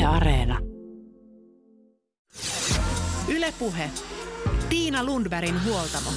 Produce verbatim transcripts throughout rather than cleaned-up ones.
Areena. Yle Puhe. Tiina Lundbergin huoltamo.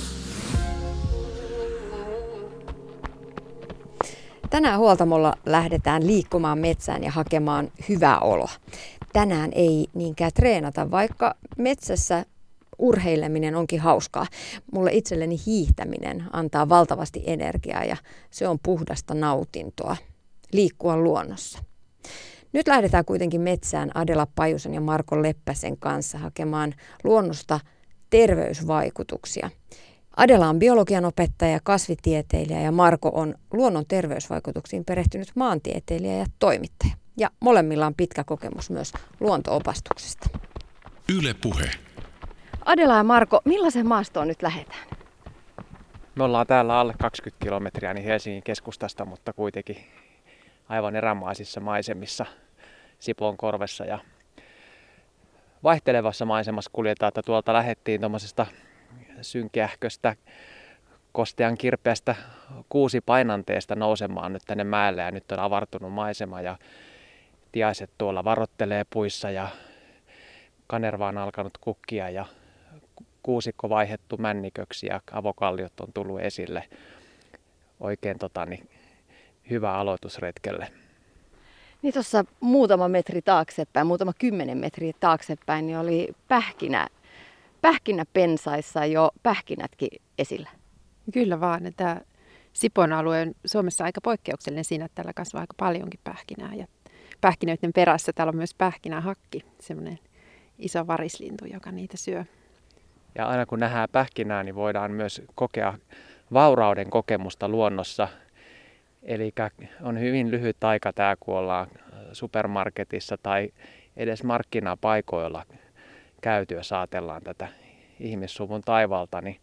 Tänään huoltamolla lähdetään liikkumaan metsään ja hakemaan hyvää oloa. Tänään ei niinkään treenata, vaikka metsässä urheileminen onkin hauskaa. Mulle itselleni hiihtäminen antaa valtavasti energiaa ja se on puhdasta nautintoa liikkua luonnossa. Nyt lähdetään kuitenkin metsään Adela Pajusen ja Marko Leppäsen kanssa hakemaan luonnosta terveysvaikutuksia. Adela on biologian opettaja, kasvitieteilijä ja Marko on luonnon terveysvaikutuksiin perehtynyt maantieteilijä ja toimittaja. Ja molemmilla on pitkä kokemus myös luonto-opastuksesta. Yle Puhe. Adela ja Marko, millaisen maastoon nyt lähdetään? Me ollaan täällä alle kaksikymmentä kilometriä niin Helsingin keskustasta, mutta kuitenkin aivan erämaisissa maisemissa Sipoonkorvessa ja vaihtelevassa maisemassa kuljetaan, että tuolta lähdettiin tuommoisesta synkähköstä kostean kirpeästä kuusipainanteesta nousemaan nyt tänne mäelle ja nyt on avartunut maisema ja tiaiset tuolla varottelee puissa ja kanerva on alkanut kukkia ja kuusikko vaihdettu männiköksi ja avokalliot on tullut esille. Oikein tota, niin, hyvä aloitus retkelle. Niin tuossa muutama metri taaksepäin, muutama kymmenen metriä taaksepäin, niin oli pähkinä, pähkinäpensaissa jo pähkinätkin esillä. Kyllä vaan, että Sipoon alue on Suomessa aika poikkeuksellinen siinä, että täällä kasvaa aika paljonkin pähkinää. Ja pähkinöiden perässä täällä on myös pähkinähakki, semmoinen iso varislintu, joka niitä syö. Ja aina kun nähdään pähkinää, niin voidaan myös kokea vaurauden kokemusta luonnossa. Eli on hyvin lyhyt aika tämä, kun ollaan supermarketissa tai edes markkinapaikoilla käyty ja saatellaan tätä ihmissuvun taivalta, niin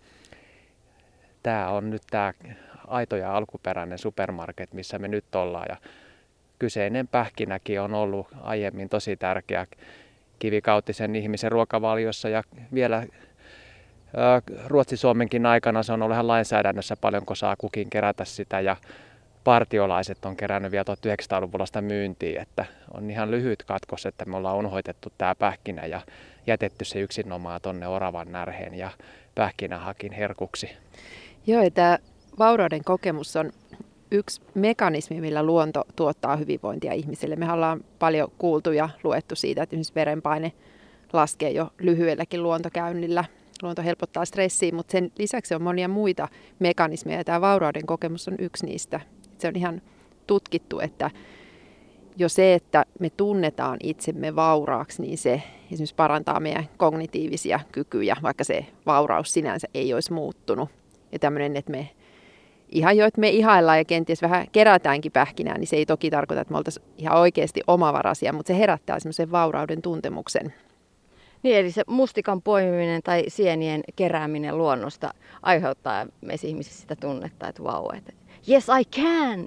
tämä on nyt tämä aito ja alkuperäinen supermarket, missä me nyt ollaan. Ja kyseinen pähkinäkin on ollut aiemmin tosi tärkeä kivikautisen ihmisen ruokavaliossa ja vielä Ruotsi-Suomenkin aikana se on ollut ihan lainsäädännössä paljonko saa kukin kerätä sitä ja partiolaiset on kerännyt vielä tuhatyhdeksänsataaluvulla sitä myyntiin, että on ihan lyhyt katkos, että me ollaan unhoitettu tämä pähkinä ja jätetty se yksinomaan tonne oravan närheen ja pähkinähakin herkuksi. Joo, ja tämä vaurauden kokemus on yksi mekanismi, millä luonto tuottaa hyvinvointia ihmiselle. Me ollaan paljon kuultu ja luettu siitä, että esimerkiksi verenpaine laskee jo lyhyelläkin luontokäynnillä. Luonto helpottaa stressiä, mutta sen lisäksi on monia muita mekanismeja ja tämä vaurauden kokemus on yksi niistä. Se on ihan tutkittu, että jo se, että me tunnetaan itsemme vauraaksi, niin se esimerkiksi parantaa meidän kognitiivisia kykyjä, vaikka se vauraus sinänsä ei olisi muuttunut. Ja tämmöinen, että me ihan jo, että me ihaillaan ja kenties vähän kerätäänkin pähkinää, niin se ei toki tarkoita, että me oltaisiin ihan oikeasti omavaraisia, mutta se herättää semmoisen vaurauden tuntemuksen. Niin, eli se mustikan poimiminen tai sienien kerääminen luonnosta aiheuttaa meissä ihmisissä sitä tunnetta, että vau, että yes I can!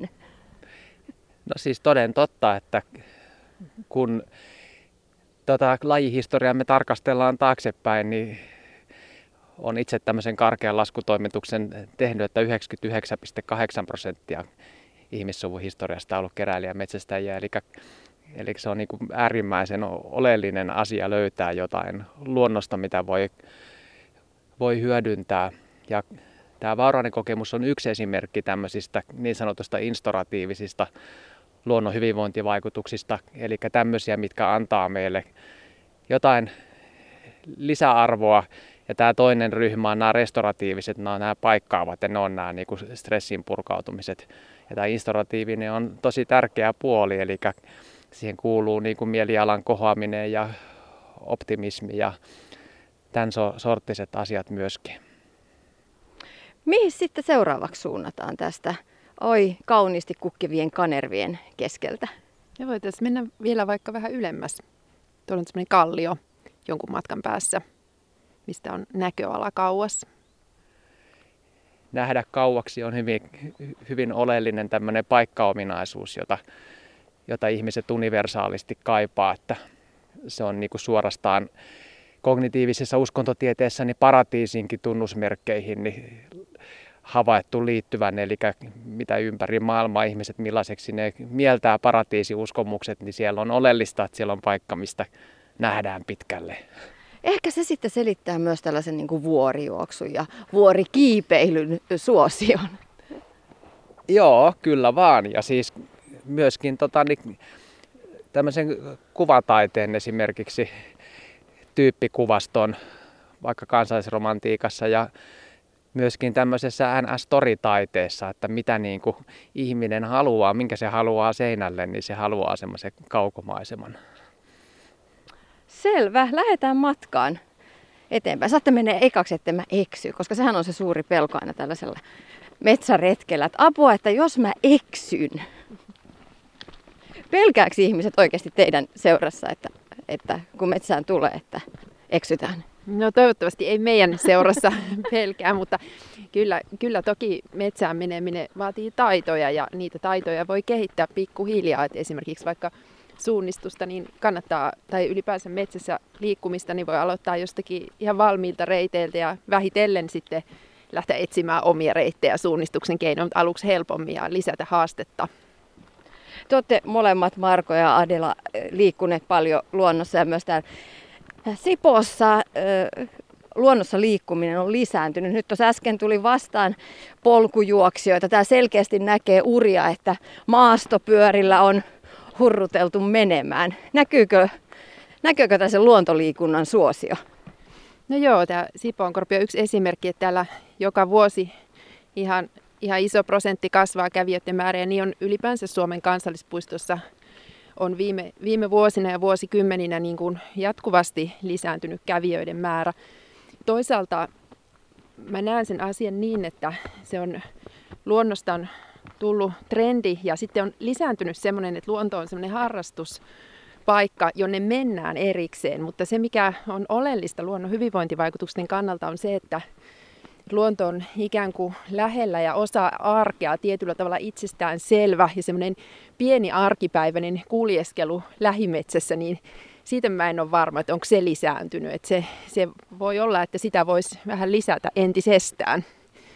No siis toden totta, että kun tota lajihistoriaa me tarkastellaan taaksepäin, niin on itse tämmöisen karkean laskutoimituksen tehnyt, että yhdeksänkymmentäyhdeksän pilkku kahdeksan prosenttia ihmissuvun historiasta on ollut keräilijä metsästäjiä, eli Eli se on niin kuin äärimmäisen oleellinen asia löytää jotain luonnosta, mitä voi, voi hyödyntää. Ja tämä vaurauden kokemus on yksi esimerkki tämmöisistä niin sanotusta instoratiivisista luonnon hyvinvointivaikutuksista, eli tämmöisiä, mitkä antaa meille jotain lisäarvoa. Ja tämä toinen ryhmä on nämä restoratiiviset, nämä, nämä paikkaavat ja ne on nämä niin kuin stressin purkautumiset. Ja tämä instoratiivinen on tosi tärkeä puoli, eli siihen kuuluu niin kuin mielialan kohoaminen ja optimismi ja tämän sorttiset asiat myöskin. Mihin sitten seuraavaksi suunnataan tästä oi kauniisti kukkivien kanervien keskeltä? Ja voitaisiin mennä vielä vaikka vähän ylemmäs. Tuolla on semmoinen kallio jonkun matkan päässä, mistä on näköala kauas. Nähdä kauaksi on hyvin, hyvin oleellinen tämmöinen paikkaominaisuus, jota jota ihmiset universaalisti kaipaa, että se on niin kuin suorastaan kognitiivisessa uskontotieteessä niin paratiisinkin tunnusmerkkeihin niin havaittu liittyvän, eli mitä ympäri maailmaa ihmiset, millaiseksi ne mieltää paratiisiuskomukset, niin siellä on oleellista, että siellä on paikka, mistä nähdään pitkälle. Ehkä se sitten selittää myös tällaisen niin kuin vuorijuoksun ja vuorikiipeilyn suosion. Joo, kyllä vaan. Ja siis myöskin tota, niin, tämmöisen kuvataiteen esimerkiksi tyyppikuvaston, vaikka kansallisromantiikassa ja myöskin tämmöisessä N S-storytaiteessa, että mitä niin kuin ihminen haluaa, minkä se haluaa seinälle, niin se haluaa semmoisen kaukomaiseman. Selvä, lähdetään matkaan eteenpäin. Saatte mennä ekaksi, että mä eksy, koska sehän on se suuri pelko aina tällaisella metsäretkellä. Että apua, että jos mä eksyn. Pelkääkö ihmiset oikeasti teidän seurassa, että, että kun metsään tulee, että eksytään? No toivottavasti ei meidän seurassa pelkää, mutta kyllä, kyllä toki metsään meneminen vaatii taitoja ja niitä taitoja voi kehittää pikkuhiljaa. Et esimerkiksi vaikka suunnistusta, niin kannattaa, tai ylipäänsä metsässä liikkumista, niin voi aloittaa jostakin ihan valmiilta reiteiltä ja vähitellen sitten lähteä etsimään omia reittejä suunnistuksen keinoin, mutta aluksi helpommin ja lisätä haastetta. Te olette molemmat, Marko ja Adela, liikkuneet paljon luonnossa ja myös täällä Sipoossa luonnossa liikkuminen on lisääntynyt. Nyt tuossa äsken tuli vastaan polkujuoksijoita. Tämä selkeästi näkee uria, että maastopyörillä on hurruteltu menemään. Näkyykö, näkyykö tässä luontoliikunnan suosio? No joo, tämä Sipoonkorpi on yksi esimerkki, että täällä joka vuosi ihan, ihan iso prosentti kasvaa kävijöiden määrä ja niin on ylipäänsä Suomen kansallispuistossa on viime, viime vuosina ja vuosikymmeninä niin kuin jatkuvasti lisääntynyt kävijöiden määrä. Toisaalta mä näen sen asian niin, että se on luonnostaan tullut trendi ja sitten on lisääntynyt semmoinen, että luonto on semmoinen harrastuspaikka, jonne mennään erikseen. Mutta se, mikä on oleellista luonnon hyvinvointivaikutusten kannalta, on se, että luonto on ikään kuin lähellä ja osa arkea, tietyllä tavalla itsestään selvä ja semmoinen pieni arkipäiväinen kuljeskelu lähimetsässä, niin siitä mä en ole varma, että onko se lisääntynyt. Että se, se voi olla, että sitä voisi vähän lisätä entisestään.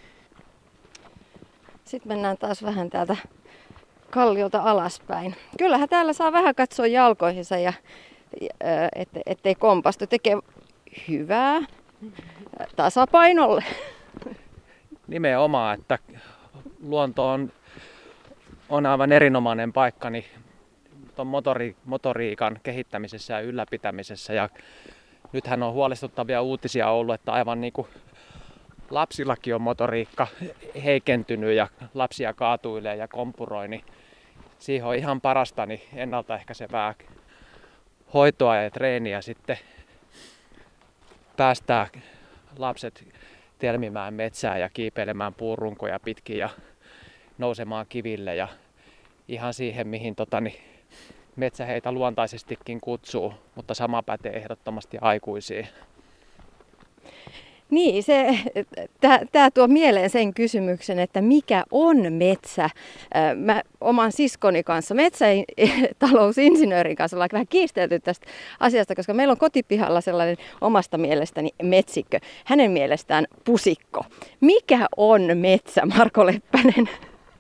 Sitten mennään taas vähän täältä kalliolta alaspäin. Kyllähän täällä saa vähän katsoa jalkoihinsa, ja, ette, ettei kompastu. Tekee hyvää tasapainolle. Nimenomaan, että luonto on, on aivan erinomainen paikka niin tuon motori, motoriikan kehittämisessä ja ylläpitämisessä. Ja nythän on huolestuttavia uutisia ollut, että aivan niin kuin lapsillakin on motoriikka heikentynyt ja lapsia kaatuilee ja kompuroi, niin siihen on ihan parasta niin ennaltaehkäisevää hoitoa ja treeniä sitten päästää lapset telmimään metsään ja kiipeilemään puurunkoja pitkin ja nousemaan kiville ja ihan siihen, mihin tota, niin metsä heitä luontaisestikin kutsuu, mutta sama pätee ehdottomasti aikuisiin. Niin, tämä tuo mieleen sen kysymyksen, että mikä on metsä. Mä oman siskoni kanssa, metsätalousinsinöörin kanssa, ollaan vähän kiistelty tästä asiasta, koska meillä on kotipihalla sellainen omasta mielestäni metsikkö, hänen mielestään pusikko. Mikä on metsä, Marko Leppänen?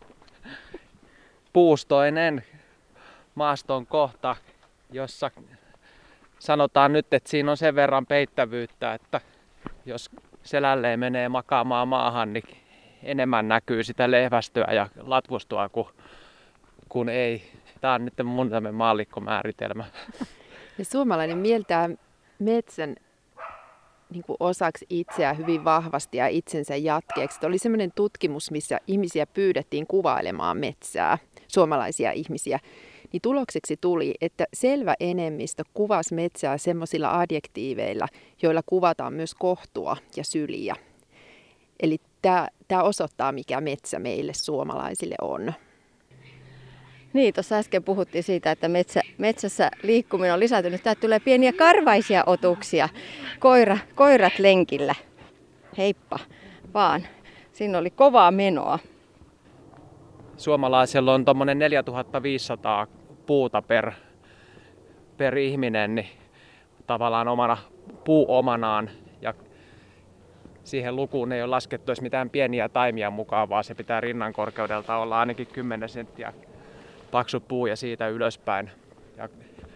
Puustoinen maaston kohta, jossa sanotaan nyt, että siinä on sen verran peittävyyttä, että jos selälleen menee makaamaan maahan, niin enemmän näkyy sitä lehvästöä ja latvustua kuin, kuin ei. Tämä on nyt mun tämmöinen maallikkomääritelmä. Ja suomalainen mieltää metsän niin kuin osaksi itseä hyvin vahvasti ja itsensä jatkeeksi. Oli semmoinen tutkimus, missä ihmisiä pyydettiin kuvailemaan metsää, suomalaisia ihmisiä. Niin tulokseksi tuli, että selvä enemmistö kuvasi metsää semmoisilla adjektiiveilla, joilla kuvataan myös kohtua ja syliä. Eli tämä osoittaa, mikä metsä meille suomalaisille on. Niin, tuossa äsken puhuttiin siitä, että metsä, metsässä liikkuminen on lisääntynyt. Täältä tulee pieniä karvaisia otuksia. Koira, koirat lenkillä. Heippa vaan. Siinä oli kovaa menoa. Suomalaisella on tuommoinen neljätuhattaviisisataa puuta per, per ihminen, niin tavallaan omana, puu omanaan. Ja siihen lukuun ei ole laskettu edes mitään pieniä taimia mukaan, vaan se pitää rinnan korkeudelta olla ainakin kymmenen senttiä paksu puu ja siitä ylöspäin. Ja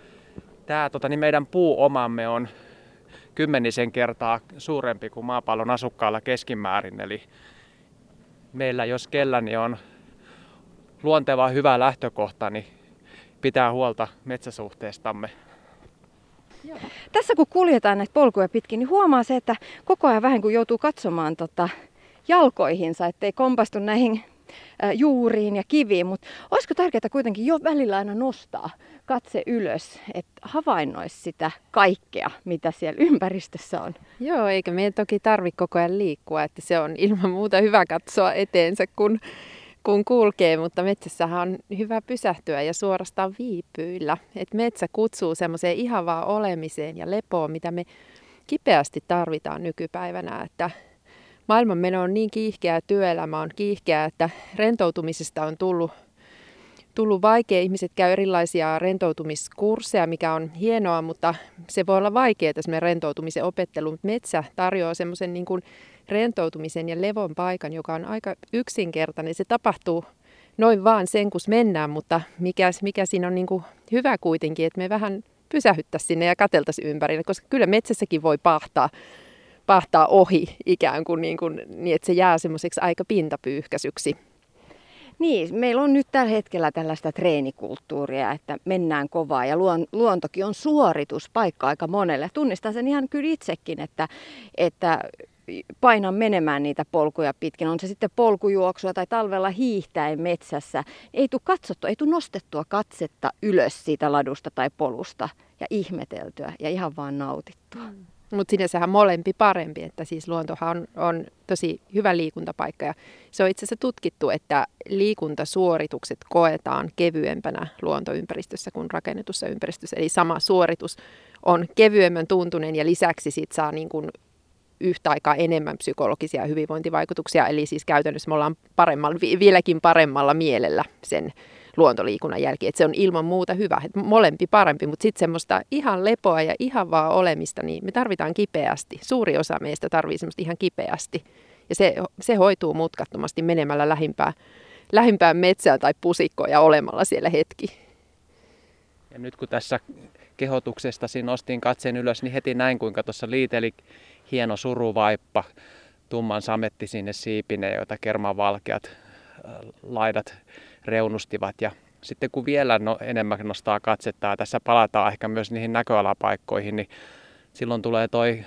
tää tota, niin meidän puuomamme on kymmenisen kertaa suurempi kuin maapallon asukkailla keskimäärin. Eli meillä jos kellä niin on luonteva hyvä lähtökohta, niin pitää huolta metsäsuhteestamme. Tässä kun kuljetaan näitä polkuja pitkin, niin huomaa se, että koko ajan vähän kun joutuu katsomaan tota jalkoihinsa, ettei kompastu näihin ä, juuriin ja kiviin. Mutta olisiko tärkeää kuitenkin jo välillä aina nostaa katse ylös, että havainnoisi sitä kaikkea, mitä siellä ympäristössä on? Joo, eikä meidän toki tarvitse koko ajan liikkua, että se on ilman muuta hyvä katsoa eteensä, kun kun kulkee, mutta metsässähän on hyvä pysähtyä ja suorastaan viipyillä. Et metsä kutsuu semmoiseen ihavaan olemiseen ja lepoon, mitä me kipeästi tarvitaan nykypäivänä. Että maailmanmeno on niin kiihkeä, työelämä on kiihkeä, että rentoutumisesta on tullut, tullut vaikea. Ihmiset käy erilaisia rentoutumiskursseja, mikä on hienoa, mutta se voi olla vaikeaa semmoinen rentoutumisen opettelu. Mutta metsä tarjoaa semmoisen niin kuin rentoutumisen ja levon paikan, joka on aika yksinkertainen. Se tapahtuu noin vaan sen, kun mennään, mutta mikä, mikä siinä on niin kuin hyvä kuitenkin, että me vähän pysähyttäisiin sinne ja katseltaisiin ympärille, koska kyllä metsässäkin voi pahtaa, pahtaa ohi ikään kuin, niin kuin niin, että se jää semmoiseksi aika pintapyyhkäisyksi. Niin, meillä on nyt tällä hetkellä tällaista treenikulttuuria, että mennään kovaa ja luontokin on suorituspaikka aika monelle. Tunnistan sen ihan kyllä itsekin, että, että painan menemään niitä polkuja pitkin, on se sitten polkujuoksua tai talvella hiihtäen metsässä. Ei tule katsottua, ei tule nostettua katsetta ylös siitä ladusta tai polusta ja ihmeteltyä ja ihan vaan nautittua. Mm. Mutta sinänsähän molempi parempi, että siis luontohan on, on tosi hyvä liikuntapaikka ja se on itse asiassa tutkittu, että liikuntasuoritukset koetaan kevyempänä luontoympäristössä kuin rakennetussa ympäristössä. Eli sama suoritus on kevyemmän tuntunen ja lisäksi sit saa niin kuin yhtä aikaa enemmän psykologisia hyvinvointivaikutuksia, eli siis käytännössä me ollaan paremmalla, vieläkin paremmalla mielellä sen luontoliikunnan jälkeen, että se on ilman muuta hyvä, että molempi parempi, mutta sitten semmoista ihan lepoa ja ihan vaan olemista, niin me tarvitaan kipeästi, suuri osa meistä tarvitsee semmoista ihan kipeästi, ja se, se hoituu mutkattomasti menemällä lähimpään, lähimpään metsään tai pusikkoon ja olemalla siellä hetki. Ja nyt kun tässä kehotuksestasi nostin katseen ylös, niin heti näin kuinka tuossa liiteli hieno suruvaippa, tumman sametti sinne siipineen, joita kermavalkeat laidat reunustivat. Ja sitten kun vielä no, enemmän nostaa katsetta ja tässä palataan ehkä myös niihin näköalapaikkoihin, niin silloin tulee toi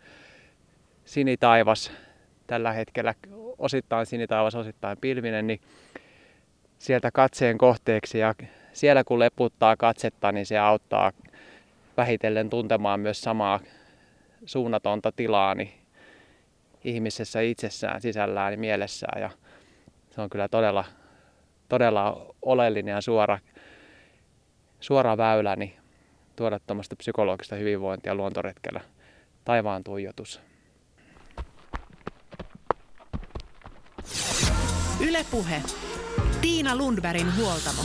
sinitaivas, tällä hetkellä osittain sinitaivas, osittain pilvinen, niin sieltä katseen kohteeksi ja siellä kun leputtaa katsetta, niin se auttaa vähitellen tuntemaan myös samaa suunnatonta tilaa niin ihmisessä itsessään, sisällään ja mielessään. Ja se on kyllä todella, todella oleellinen ja suora, suora väylä niin tuoda tuommoista psykologista hyvinvointia luontoretkellä. Taivaan tuijotus. Yle Puhe. Tiina Lundbergin huoltamo.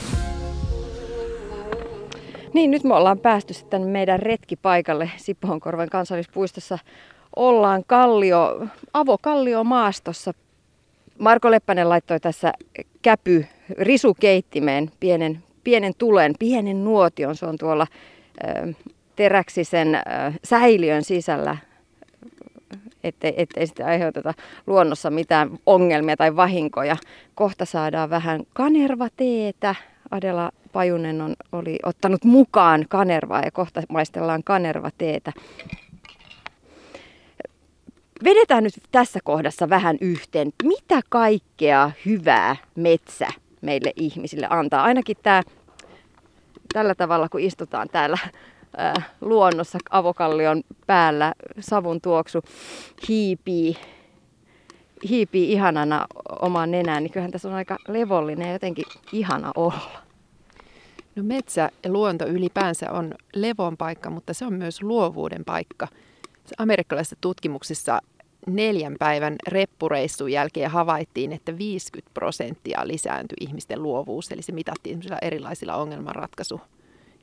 Niin, nyt me ollaan päästy sitten meidän retkipaikalle Sipoonkorven kansallispuistossa. Ollaan kallio, avokallio maastossa. Marko Leppänen laittoi tässä käpy risukeittimeen pienen, pienen tulen, pienen nuotion. Se on tuolla ö, teräksisen ö, säiliön sisällä, ettei, ettei sitten aiheuteta luonnossa mitään ongelmia tai vahinkoja. Kohta saadaan vähän kanervateetä. Adela Pajunen on, oli ottanut mukaan kanervaa ja kohta maistellaan kanervateetä. Vedetään nyt tässä kohdassa vähän yhteen. Mitä kaikkea hyvää metsä meille ihmisille antaa? Ainakin tämä, tällä tavalla, kun istutaan täällä ää, luonnossa avokallion päällä, savun tuoksu hiipii, hiipii ihanana omaan nenään, niin kyllähän tässä on aika levollinen ja jotenkin ihana olla. No metsä ja luonto ylipäänsä on levon paikka, mutta se on myös luovuuden paikka. Amerikkalaisissa tutkimuksissa neljän päivän reppureissun jälkeen havaittiin, että viisikymmentä prosenttia lisääntyi ihmisten luovuus. Eli se mitattiin erilaisilla ongelmanratkaisukeinoilla.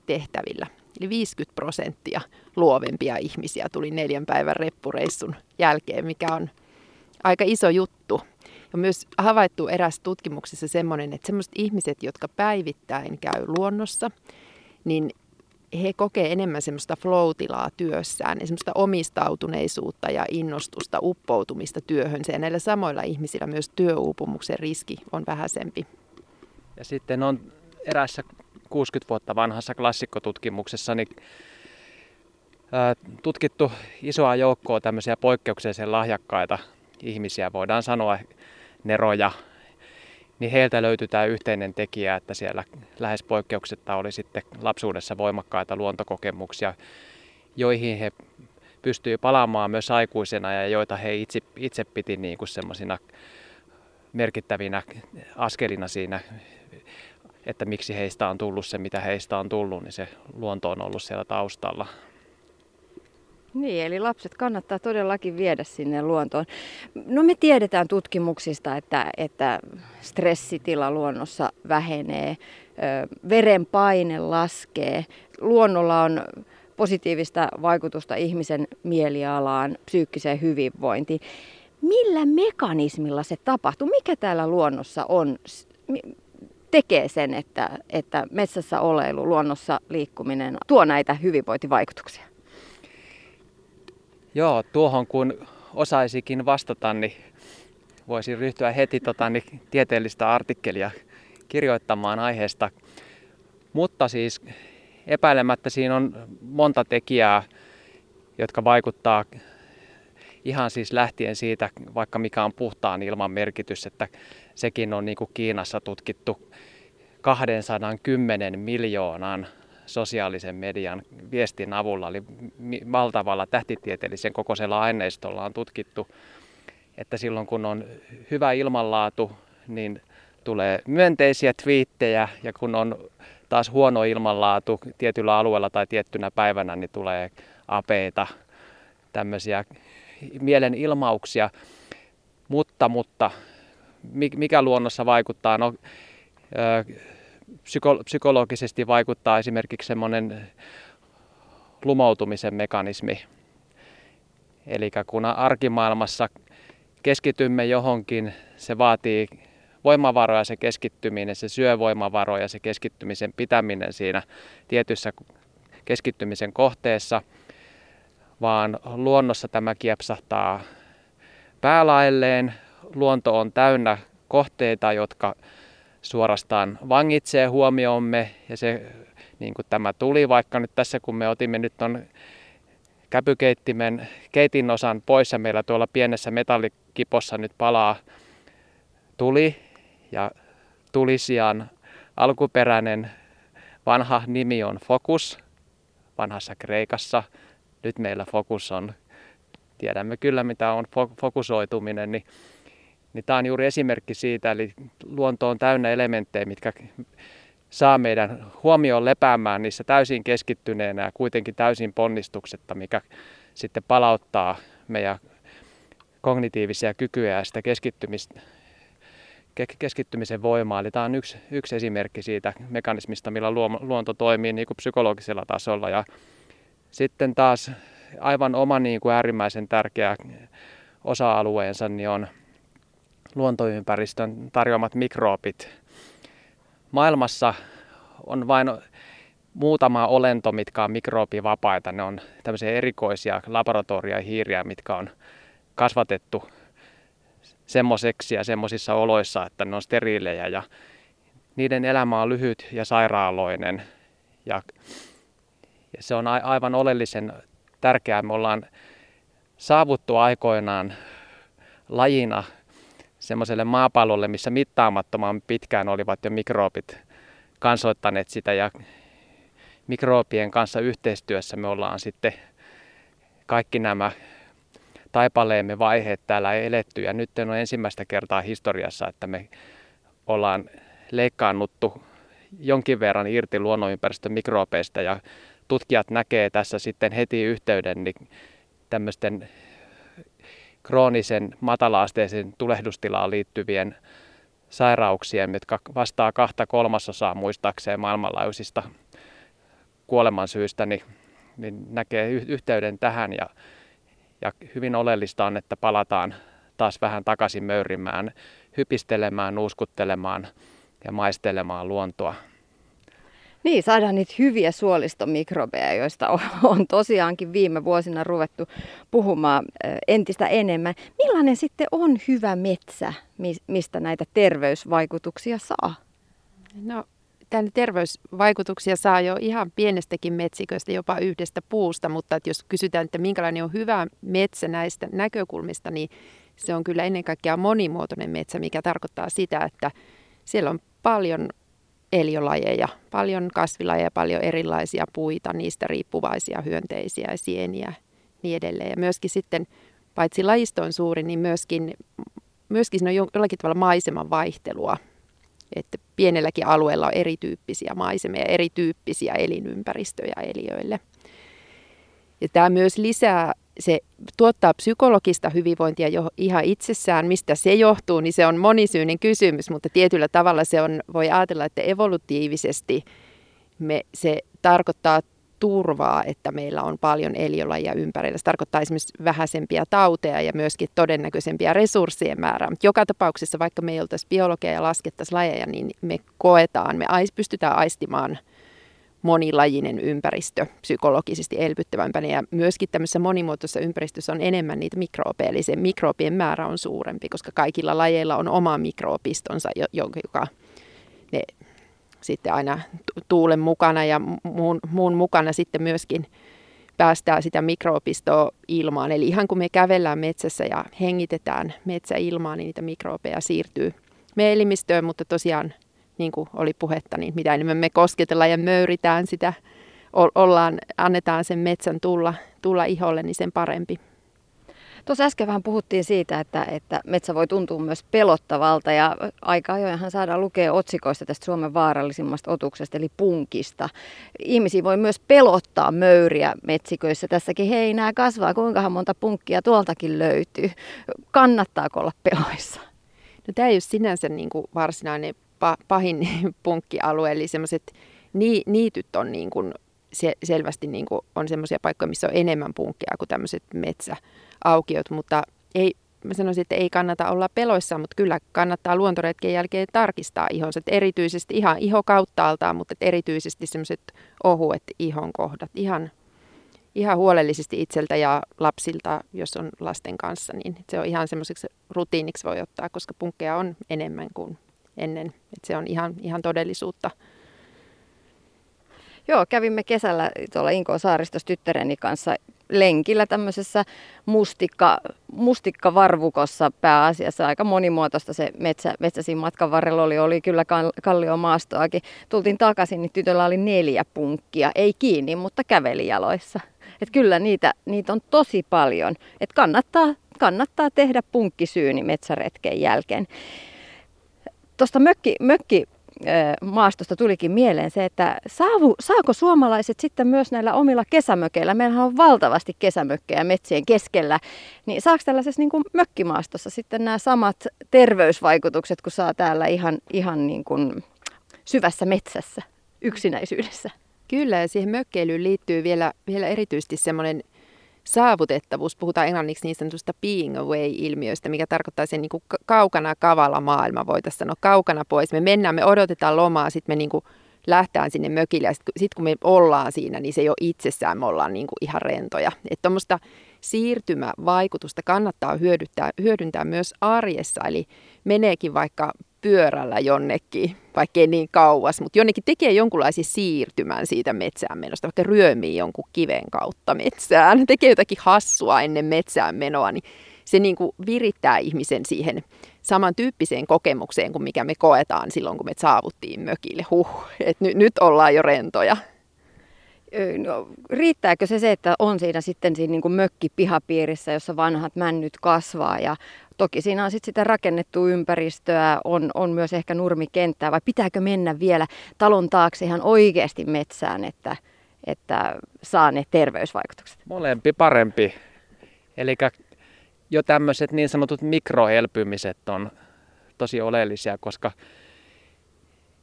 tehtävillä. Eli viisikymmentä prosenttia luovempia ihmisiä tuli neljän päivän reppureissun jälkeen, mikä on aika iso juttu. Ja myös havaittu eräs tutkimuksessa semmoinen, että semmoiset ihmiset, jotka päivittäin käy luonnossa, niin he kokee enemmän semmoista flow-tilaa työssään, semmoista omistautuneisuutta ja innostusta, uppoutumista työhönsä. Ja näillä samoilla ihmisillä myös työuupumuksen riski on vähäisempi. Ja sitten on eräässä kuusikymmentä vuotta vanhassa klassikkotutkimuksessa niin, ää, tutkittu isoa joukkoa tämmöisiä poikkeuksellisen lahjakkaita ihmisiä, voidaan sanoa neroja, niin heiltä löytyy tämä yhteinen tekijä, että siellä lähes poikkeuksetta oli sitten lapsuudessa voimakkaita luontokokemuksia, joihin he pystyivät palaamaan myös aikuisena ja joita he itse, itse piti niin kuin semmoisina merkittävinä askelina siinä, että miksi heistä on tullut se, mitä heistä on tullut, niin se luonto on ollut siellä taustalla. Niin, eli lapset kannattaa todellakin viedä sinne luontoon. No me tiedetään tutkimuksista, että, että stressitila luonnossa vähenee, verenpaine laskee, luonnolla on positiivista vaikutusta ihmisen mielialaan, psyykkiseen hyvinvointiin. Millä mekanismilla se tapahtuu? Mikä täällä luonnossa on, tekee sen, että, että metsässä oleilu, luonnossa liikkuminen tuo näitä hyvinvointivaikutuksia? Joo, tuohon kun osaisikin vastata, niin voisin ryhtyä heti tota, niin, tieteellistä artikkelia kirjoittamaan aiheesta. Mutta siis epäilemättä siinä on monta tekijää, jotka vaikuttaa ihan siis lähtien siitä, vaikka mikä on puhtaan ilman merkitys, että sekin on niin kuin Kiinassa tutkittu kaksisataakymmenen miljoonan sosiaalisen median viestin avulla, eli valtavalla tähtitieteellisen kokoisella aineistolla on tutkittu, että silloin kun on hyvä ilmanlaatu, niin tulee myönteisiä twiittejä, ja kun on taas huono ilmanlaatu tietyllä alueella tai tiettynä päivänä, niin tulee apeita, tämmöisiä mielen ilmauksia, mutta, mutta mikä luonnossa vaikuttaa? No, psyko, psykologisesti vaikuttaa esimerkiksi semmoinen lumoutumisen mekanismi. Eli kun arkimaailmassa keskitymme johonkin, se vaatii voimavaroja, se keskittyminen, se syö voimavaroja, se keskittymisen pitäminen siinä tietyssä keskittymisen kohteessa, vaan luonnossa tämä kiepsahtaa päälaelleen. Luonto on täynnä kohteita, jotka suorastaan vangitsee huomiomme, ja se, niin kuin tämä tuli, vaikka nyt tässä kun me otimme nyt ton käpykeittimen keitin osan pois ja meillä tuolla pienessä metallikipossa nyt palaa tuli, ja tulisijan alkuperäinen vanha nimi on Focus vanhassa Kreikassa. Nyt meillä Focus on, tiedämme kyllä mitä on fokusoituminen, niin, niin tämä on juuri esimerkki siitä, eli luonto on täynnä elementtejä, mitkä saa meidän huomioon lepäämään niissä täysin keskittyneenä ja kuitenkin täysin ponnistuksetta, mikä sitten palauttaa meidän kognitiivisia kykyjä ja sitä keskittymistä, keskittymisen voimaa. Eli tämä on yksi, yksi esimerkki siitä mekanismista, millä luonto toimii niin kuin psykologisella tasolla. Ja sitten taas aivan oma niin kuin äärimmäisen tärkeä osa-alueensa niin on luontoympäristön tarjoamat mikroobit. Maailmassa on vain muutama olento, mitkä on mikrobivapaita. Ne on tämmöisiä erikoisia laboratoriohiiriä, mitkä on kasvatettu semmoiseksi ja semmoisissa oloissa, että ne on steriilejä, ja niiden elämä on lyhyt ja sairaaloinen. Ja, ja se on a- aivan oleellisen tärkeää. Me ollaan saavuttu aikoinaan lajina semmoiselle maapallolle, missä mittaamattoman pitkään olivat jo mikroobit kansoittaneet sitä, ja mikroobien kanssa yhteistyössä me ollaan sitten kaikki nämä taipaleemme vaiheet täällä eletty, ja nyt on ensimmäistä kertaa historiassa, että me ollaan leikkaannuttu jonkin verran irti luonnonympäristön mikroobeista, ja tutkijat näkee tässä sitten heti yhteyden niin tämmöisten kroonisen matala-asteisen tulehdustilaan liittyvien sairauksien, jotka vastaa kahta kolmasosaa muistaakseen maailmanlaajuisista kuolemansyistä, niin, niin näkee yhteyden tähän ja, ja hyvin oleellista on, että palataan taas vähän takaisin möyrimään, hypistelemään, nuuskuttelemaan ja maistelemaan luontoa. Niin, saadaan niitä hyviä suolistomikrobeja, joista on, on tosiaankin viime vuosina ruvettu puhumaan entistä enemmän. Millainen sitten on hyvä metsä, mistä näitä terveysvaikutuksia saa? No, tänne terveysvaikutuksia saa jo ihan pienestäkin metsiköstä, jopa yhdestä puusta, mutta että jos kysytään, että minkälainen on hyvä metsä näistä näkökulmista, niin se on kyllä ennen kaikkea monimuotoinen metsä, mikä tarkoittaa sitä, että siellä on paljon eliölajeja, paljon kasvilajeja, paljon erilaisia puita, niistä riippuvaisia hyönteisiä ja sieniä ja niin edelleen. Ja myöskin sitten, paitsi lajisto on suuri, niin myöskin, myöskin siinä on jollakin tavalla maiseman vaihtelua. Että pienelläkin alueella on erityyppisiä maisemia, erityyppisiä elinympäristöjä eliöille. Ja tämä myös lisää, se tuottaa psykologista hyvinvointia jo ihan itsessään. Mistä se johtuu, niin se on monisyinen kysymys, mutta tietyllä tavalla se on, voi ajatella, että evolutiivisesti me, se tarkoittaa turvaa, että meillä on paljon eliölajia ympärillä. Se tarkoittaa esimerkiksi vähäisempiä tauteja ja myöskin todennäköisempiä resurssien määrää. Mutta joka tapauksessa, vaikka me ei oltaisi biologia ja laskettaisiin lajeja, niin me koetaan, me pystytään aistimaan monilajinen ympäristö psykologisesti elvyttävämpänä ja myöskin tämmöisessä monimuotoisessa ympäristössä on enemmän niitä mikroobeja, eli se mikroobien määrä on suurempi, koska kaikilla lajeilla on oma mikroopistonsa, joka ne sitten aina tuulen mukana ja muun, muun mukana sitten myöskin päästää sitä mikroopistoa ilmaan. Eli ihan kun me kävellään metsässä ja hengitetään metsäilmaa, niin niitä mikroobeja siirtyy meidän elimistöön, mutta tosiaan niin kuin oli puhetta, niin mitä enemmän me kosketellaan ja möyritään sitä, ollaan, annetaan sen metsän tulla, tulla iholle, niin sen parempi. Tuossa äsken vähän puhuttiin siitä, että, että metsä voi tuntua myös pelottavalta ja aika ajoinhan saadaan lukea otsikoista tästä Suomen vaarallisimmasta otuksesta eli punkista. Ihmisiä voi myös pelottaa möyriä metsiköissä. Tässäkin heinää kasvaa, kuinkahan monta punkkia tuoltakin löytyy. Kannattaako olla peloissa? No, tämä ei ole sinänsä niin kuin varsinainen pahin punkkialue, eli sellaiset niityt on niin kuin se, selvästi niin kuin on semmoisia paikkoja, missä on enemmän punkkia kuin tämmöiset metsäaukiot, mutta ei, mä sanoisin, että ei kannata olla peloissaan, mutta kyllä kannattaa luontoretken jälkeen tarkistaa ihonsa, että erityisesti ihan iho kauttaaltaan, mutta erityisesti semmoiset ohuet ihon kohdat, ihan, ihan huolellisesti itseltä ja lapsilta, jos on lasten kanssa, niin se on ihan semmoiseksi rutiiniksi voi ottaa, koska punkkeja on enemmän kuin ennen, että se on ihan, ihan todellisuutta. Joo, kävimme kesällä tuolla Inkoon saaristossa tyttäreni kanssa lenkillä tämmöisessä mustikka, mustikkavarvukossa pääasiassa. Aika monimuotoista se metsä, metsä siinä matkan varrella oli, oli kyllä kalliomaastoakin. Tultiin takaisin, niin tytöllä oli neljä punkkia, ei kiinni, mutta käveli jaloissa. Et kyllä niitä, niitä on tosi paljon, että kannattaa, kannattaa tehdä punkkisyyni metsäretken jälkeen. Tuosta mökki, mökki maastosta tulikin mieleen se, että saavu, saako suomalaiset sitten myös näillä omilla kesämökeillä, meillähän on valtavasti kesämökkejä metsien keskellä, niin saako tällaisessa niin kuin mökkimaastossa sitten nämä samat terveysvaikutukset, kun saa täällä ihan, ihan niin kuin syvässä metsässä, yksinäisyydessä? Kyllä, ja siihen mökkeilyyn liittyy vielä, vielä erityisesti semmoinen saavutettavuus, puhutaan englanniksi niin sanotusta being away-ilmiöstä, mikä tarkoittaa sen niin kuin kaukana kavala maailma, voitaisiin sanoa kaukana pois. Me mennään, me odotetaan lomaa, sitten me niin kuin lähtään sinne mökille ja sitten sit kun me ollaan siinä, niin se jo itsessään me ollaan niin kuin ihan rentoja. Että tuommoista siirtymävaikutusta kannattaa hyödyntää, hyödyntää myös arjessa, eli meneekin vaikka pyörällä jonnekin, vaikkei niin kauas, mutta jonnekin tekee jonkunlaisen siirtymän siitä metsään menosta, vaikka ryömii jonkun kiven kautta metsään, tekee jotakin hassua ennen metsään menoa, niin se niin kuin virittää ihmisen siihen samantyyppiseen kokemukseen kuin mikä me koetaan silloin, kun me saavuttiin mökille. Huh, että nyt, nyt ollaan jo rentoja. No, riittääkö se se, että on siinä sitten siinä niin kuin mökkipihapiirissä, jossa vanhat männyt kasvaa ja toki siinä on sitten sitä rakennettua ympäristöä, on, on myös ehkä nurmikenttää, vai pitääkö mennä vielä talon taakse ihan oikeasti metsään, että, että saa ne terveysvaikutukset? Molempi parempi. Eli jo tämmöiset niin sanotut mikroelpymiset on tosi oleellisia, koska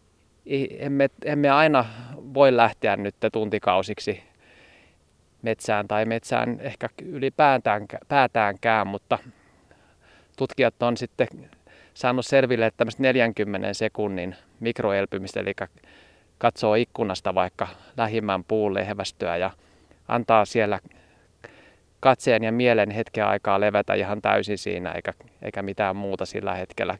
emme, emme aina voi lähteä nyt tuntikausiksi metsään tai metsään ehkä ylipäätäänkään, mutta tutkijat on sitten saanut selville, että tämmöistä neljänkymmenen sekunnin mikroelpymistä, eli katsoo ikkunasta vaikka lähimmän puun lehvästöä ja antaa siellä katseen ja mielen hetken aikaa levätä ihan täysin siinä, eikä, eikä mitään muuta sillä hetkellä.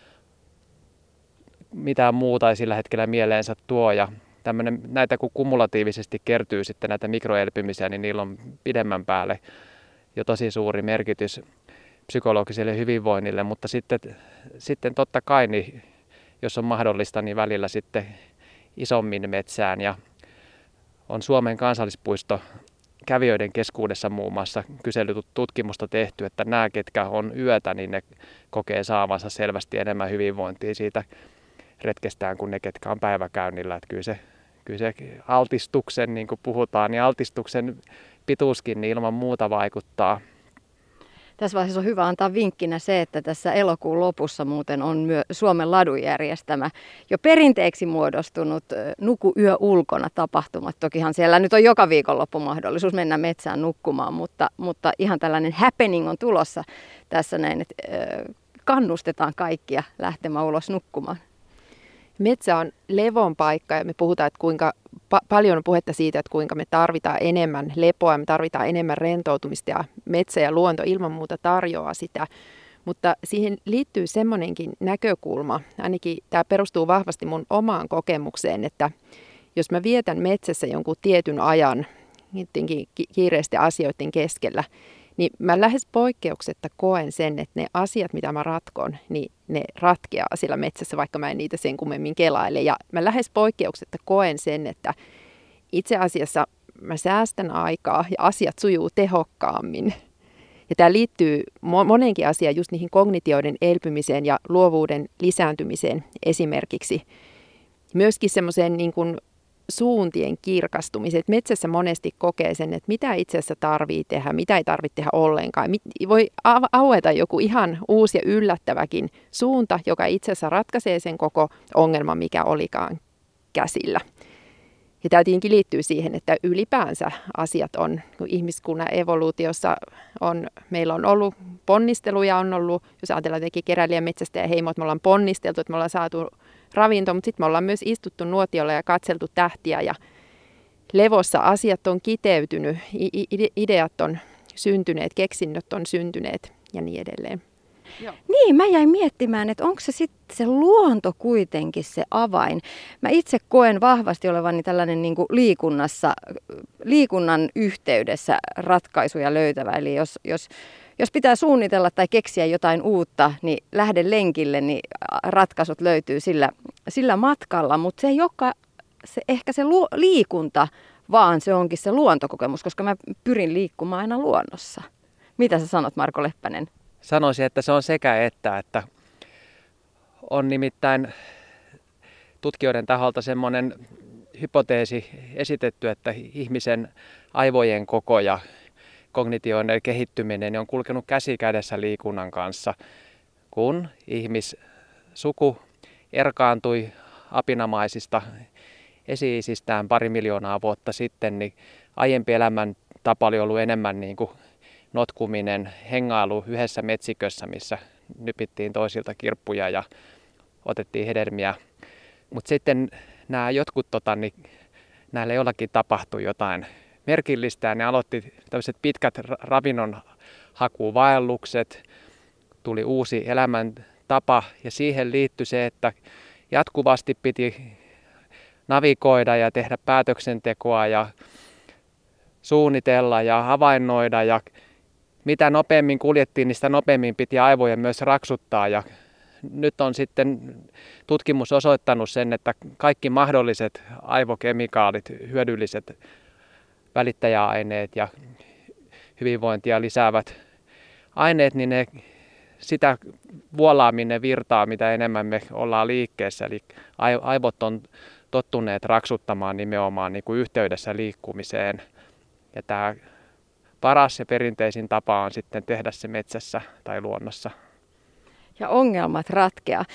Mitään muuta ei sillä hetkellä mieleensä tuo. Ja tämmönen, näitä kun kumulatiivisesti kertyy sitten näitä mikroelpymisiä, niin niillä on pidemmän päälle jo tosi suuri merkitys psykologiselle hyvinvoinnille, mutta sitten, sitten totta kai, niin, jos on mahdollista, niin välillä sitten isommin metsään. Ja on Suomen kansallispuisto kävijöiden keskuudessa muun muassa kyselytutkimusta tehty, että nämä, ketkä on yötä, niin ne kokee saavansa selvästi enemmän hyvinvointia siitä retkestään kuin ne, ketkä on päiväkäynnillä. Että kyllä se, kyllä se altistuksen, niin kuin puhutaan, niin altistuksen pituuskin niin ilman muuta vaikuttaa. Tässä vaiheessa on hyvä antaa vinkkinä se, että tässä elokuun lopussa muuten on myös Suomen Ladun järjestämä jo perinteeksi muodostunut Nuku yö ulkona -tapahtumat. Tokihan siellä nyt on joka viikonloppu mahdollisuus mennä metsään nukkumaan, mutta, mutta ihan tällainen happening on tulossa tässä näin, että kannustetaan kaikkia lähtemään ulos nukkumaan. Metsä on levon paikka ja me puhutaan, että kuinka pa- paljon on puhetta siitä, että kuinka me tarvitaan enemmän lepoa ja me tarvitaan enemmän rentoutumista ja metsä ja luonto ilman muuta tarjoaa sitä. Mutta siihen liittyy semmoinenkin näkökulma, ainakin tämä perustuu vahvasti mun omaan kokemukseen, että jos mä vietän metsässä jonkun tietyn ajan kiireisten asioiden keskellä, niin mä lähes poikkeuksetta koen sen, että ne asiat, mitä mä ratkon, niin ne ratkeaa siellä metsässä, vaikka mä en niitä sen kummemmin kelaile. Ja mä lähes poikkeuksetta koen sen, että itse asiassa mä säästän aikaa ja asiat sujuu tehokkaammin. Ja tämä liittyy moneenkin asiaan, just niihin kognitioiden elpymiseen ja luovuuden lisääntymiseen esimerkiksi. Myöskin semmoiseen niin kuin suuntien kirkastumiseen. Että metsässä monesti kokee sen, että mitä itse asiassa tarvii tehdä, mitä ei tarvitse tehdä ollenkaan. Voi aueta joku ihan uusi ja yllättäväkin suunta, joka itse asiassa ratkaisee sen koko ongelman, mikä olikaan käsillä. Ja tämä tietenkin liittyy siihen, että ylipäänsä asiat on, kun ihmiskunnan evoluutiossa on, meillä on ollut ponnisteluja, on ollut, jos ajatellaan jotenkin keräilijä, metsästä ja heimo, että me ollaan ponnisteltu, että me ollaan saatu ravinto, mutta sitten me ollaan myös istuttu nuotiolla ja katseltu tähtiä ja levossa asiat on kiteytynyt, ideat on syntyneet, keksinnöt on syntyneet ja niin edelleen. Joo. Niin, mä jäin miettimään, että onko se sitten se luonto kuitenkin se avain. Mä itse koen vahvasti olevani tällainen niin kuin liikunnassa, liikunnan yhteydessä ratkaisuja löytävä. Eli jos, jos, jos pitää suunnitella tai keksiä jotain uutta, niin lähde lenkille, niin ratkaisut löytyy sillä, sillä matkalla. Mutta se, joka, se ehkä se lu, liikunta, vaan se onkin se luontokokemus, koska mä pyrin liikkumaan aina luonnossa. Mitä sä sanot, Marko Leppänen? Sanoisin, että se on sekä että, että on nimittäin tutkijoiden taholta semmoinen hypoteesi esitetty, että ihmisen aivojen koko ja kognitioiden kehittyminen on kulkenut käsi kädessä liikunnan kanssa. Kun ihmissuku erkaantui apinamaisista esi-isistään pari miljoonaa vuotta sitten, niin aiempi elämäntapa oli ollut enemmän niin kuin notkuminen, hengailu yhdessä metsikössä, missä nypittiin toisilta kirppuja ja otettiin hedelmiä. Mutta sitten nämä jotkut, tota, niin näille jollakin tapahtui jotain merkillistä ja ne aloitti tämmöiset pitkät ravinnon hakuvaellukset, tuli uusi elämäntapa ja siihen liittyi se, että jatkuvasti piti navigoida ja tehdä päätöksentekoa ja suunnitella ja havainnoida ja mitä nopeammin kuljettiin, niin sitä nopeammin piti aivojen myös raksuttaa. Ja nyt on sitten tutkimus osoittanut sen, että kaikki mahdolliset aivokemikaalit, hyödylliset välittäjäaineet ja hyvinvointia lisäävät aineet, niin ne, sitä vuolaammin ne virtaa, mitä enemmän me ollaan liikkeessä. Eli aivot on tottuneet raksuttamaan nimenomaan niin kuin yhteydessä liikkumiseen. Ja tämä paras ja perinteisin tapa on sitten tehdä se metsässä tai luonnossa. Ja ongelmat ratkeaa.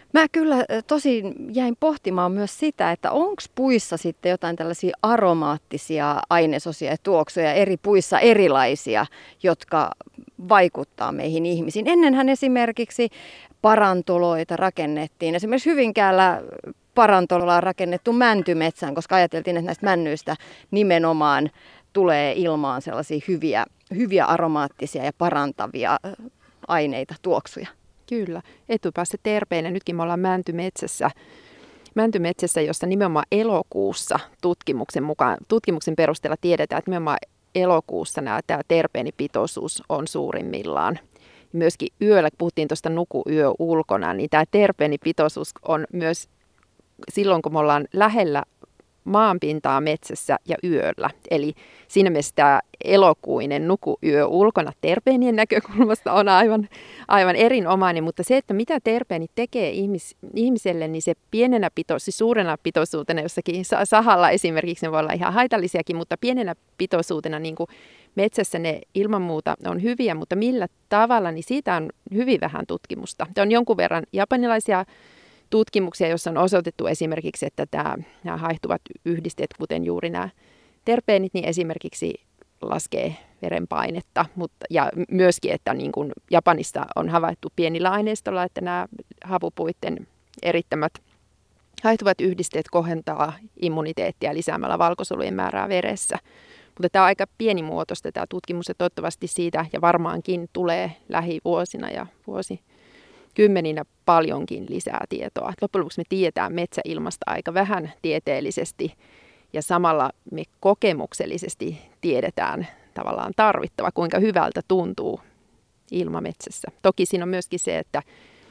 Mä kyllä tosin jäin pohtimaan myös sitä, että onko puissa sitten jotain tällaisia aromaattisia ainesosia ja tuoksuja eri puissa erilaisia, jotka vaikuttaa meihin ihmisiin. Ennenhän esimerkiksi parantoloita rakennettiin. Esimerkiksi Hyvinkäällä parantololla on rakennettu mäntymetsään, koska ajateltiin, että näistä männyistä nimenomaan tulee ilmaan sellaisia hyviä, hyviä aromaattisia ja parantavia aineita, tuoksuja. Kyllä, etupäässä terpeinä. Nytkin me ollaan mäntymetsässä, mäntymetsässä, jossa nimenomaan elokuussa tutkimuksen, mukaan, tutkimuksen perusteella tiedetään, että nimenomaan elokuussa nämä, tämä terpeenipitoisuus on suurimmillaan. Myöskin yöllä, kun puhuttiin tuosta nuku yö ulkona, niin tämä terpeenipitoisuus on myös silloin, kun me ollaan lähellä maanpintaa metsässä ja yöllä. Eli siinä mielessä tämä elokuinen nukuyö ulkona terpeenien näkökulmasta on aivan, aivan erinomainen, mutta se, että mitä terpeenit tekee ihmis, ihmiselle, niin se pienenä pitoisuutena, siis suurena pitoisuutena jossakin sahalla esimerkiksi, ne voi olla ihan haitallisiakin, mutta pienenä pitoisuutena niin kuin metsässä ne ilman muuta on hyviä, mutta millä tavalla, niin siitä on hyvin vähän tutkimusta. Tämä on jonkun verran japanilaisia tutkimuksia, joissa on osoitettu esimerkiksi, että tämä, nämä haihtuvat yhdisteet, kuten juuri nämä terpeenit, niin esimerkiksi laskee verenpainetta, mutta, ja myöskin, että niin kuin Japanissa on havaittu pienillä aineistolla, että nämä havupuitten erittämät haihtuvat yhdisteet kohentaa immuniteettia lisäämällä valkosolujen määrää veressä. Mutta tämä on aika pienimuotoista tämä tutkimus ja toivottavasti siitä ja varmaankin tulee lähivuosina ja vuosi kymmeninä paljonkin lisää tietoa. Loppujen lopuksi me tiedetään metsäilmasta aika vähän tieteellisesti ja samalla me kokemuksellisesti tiedetään tavallaan tarvittava, kuinka hyvältä tuntuu ilma metsässä. Toki siinä on myöskin se, että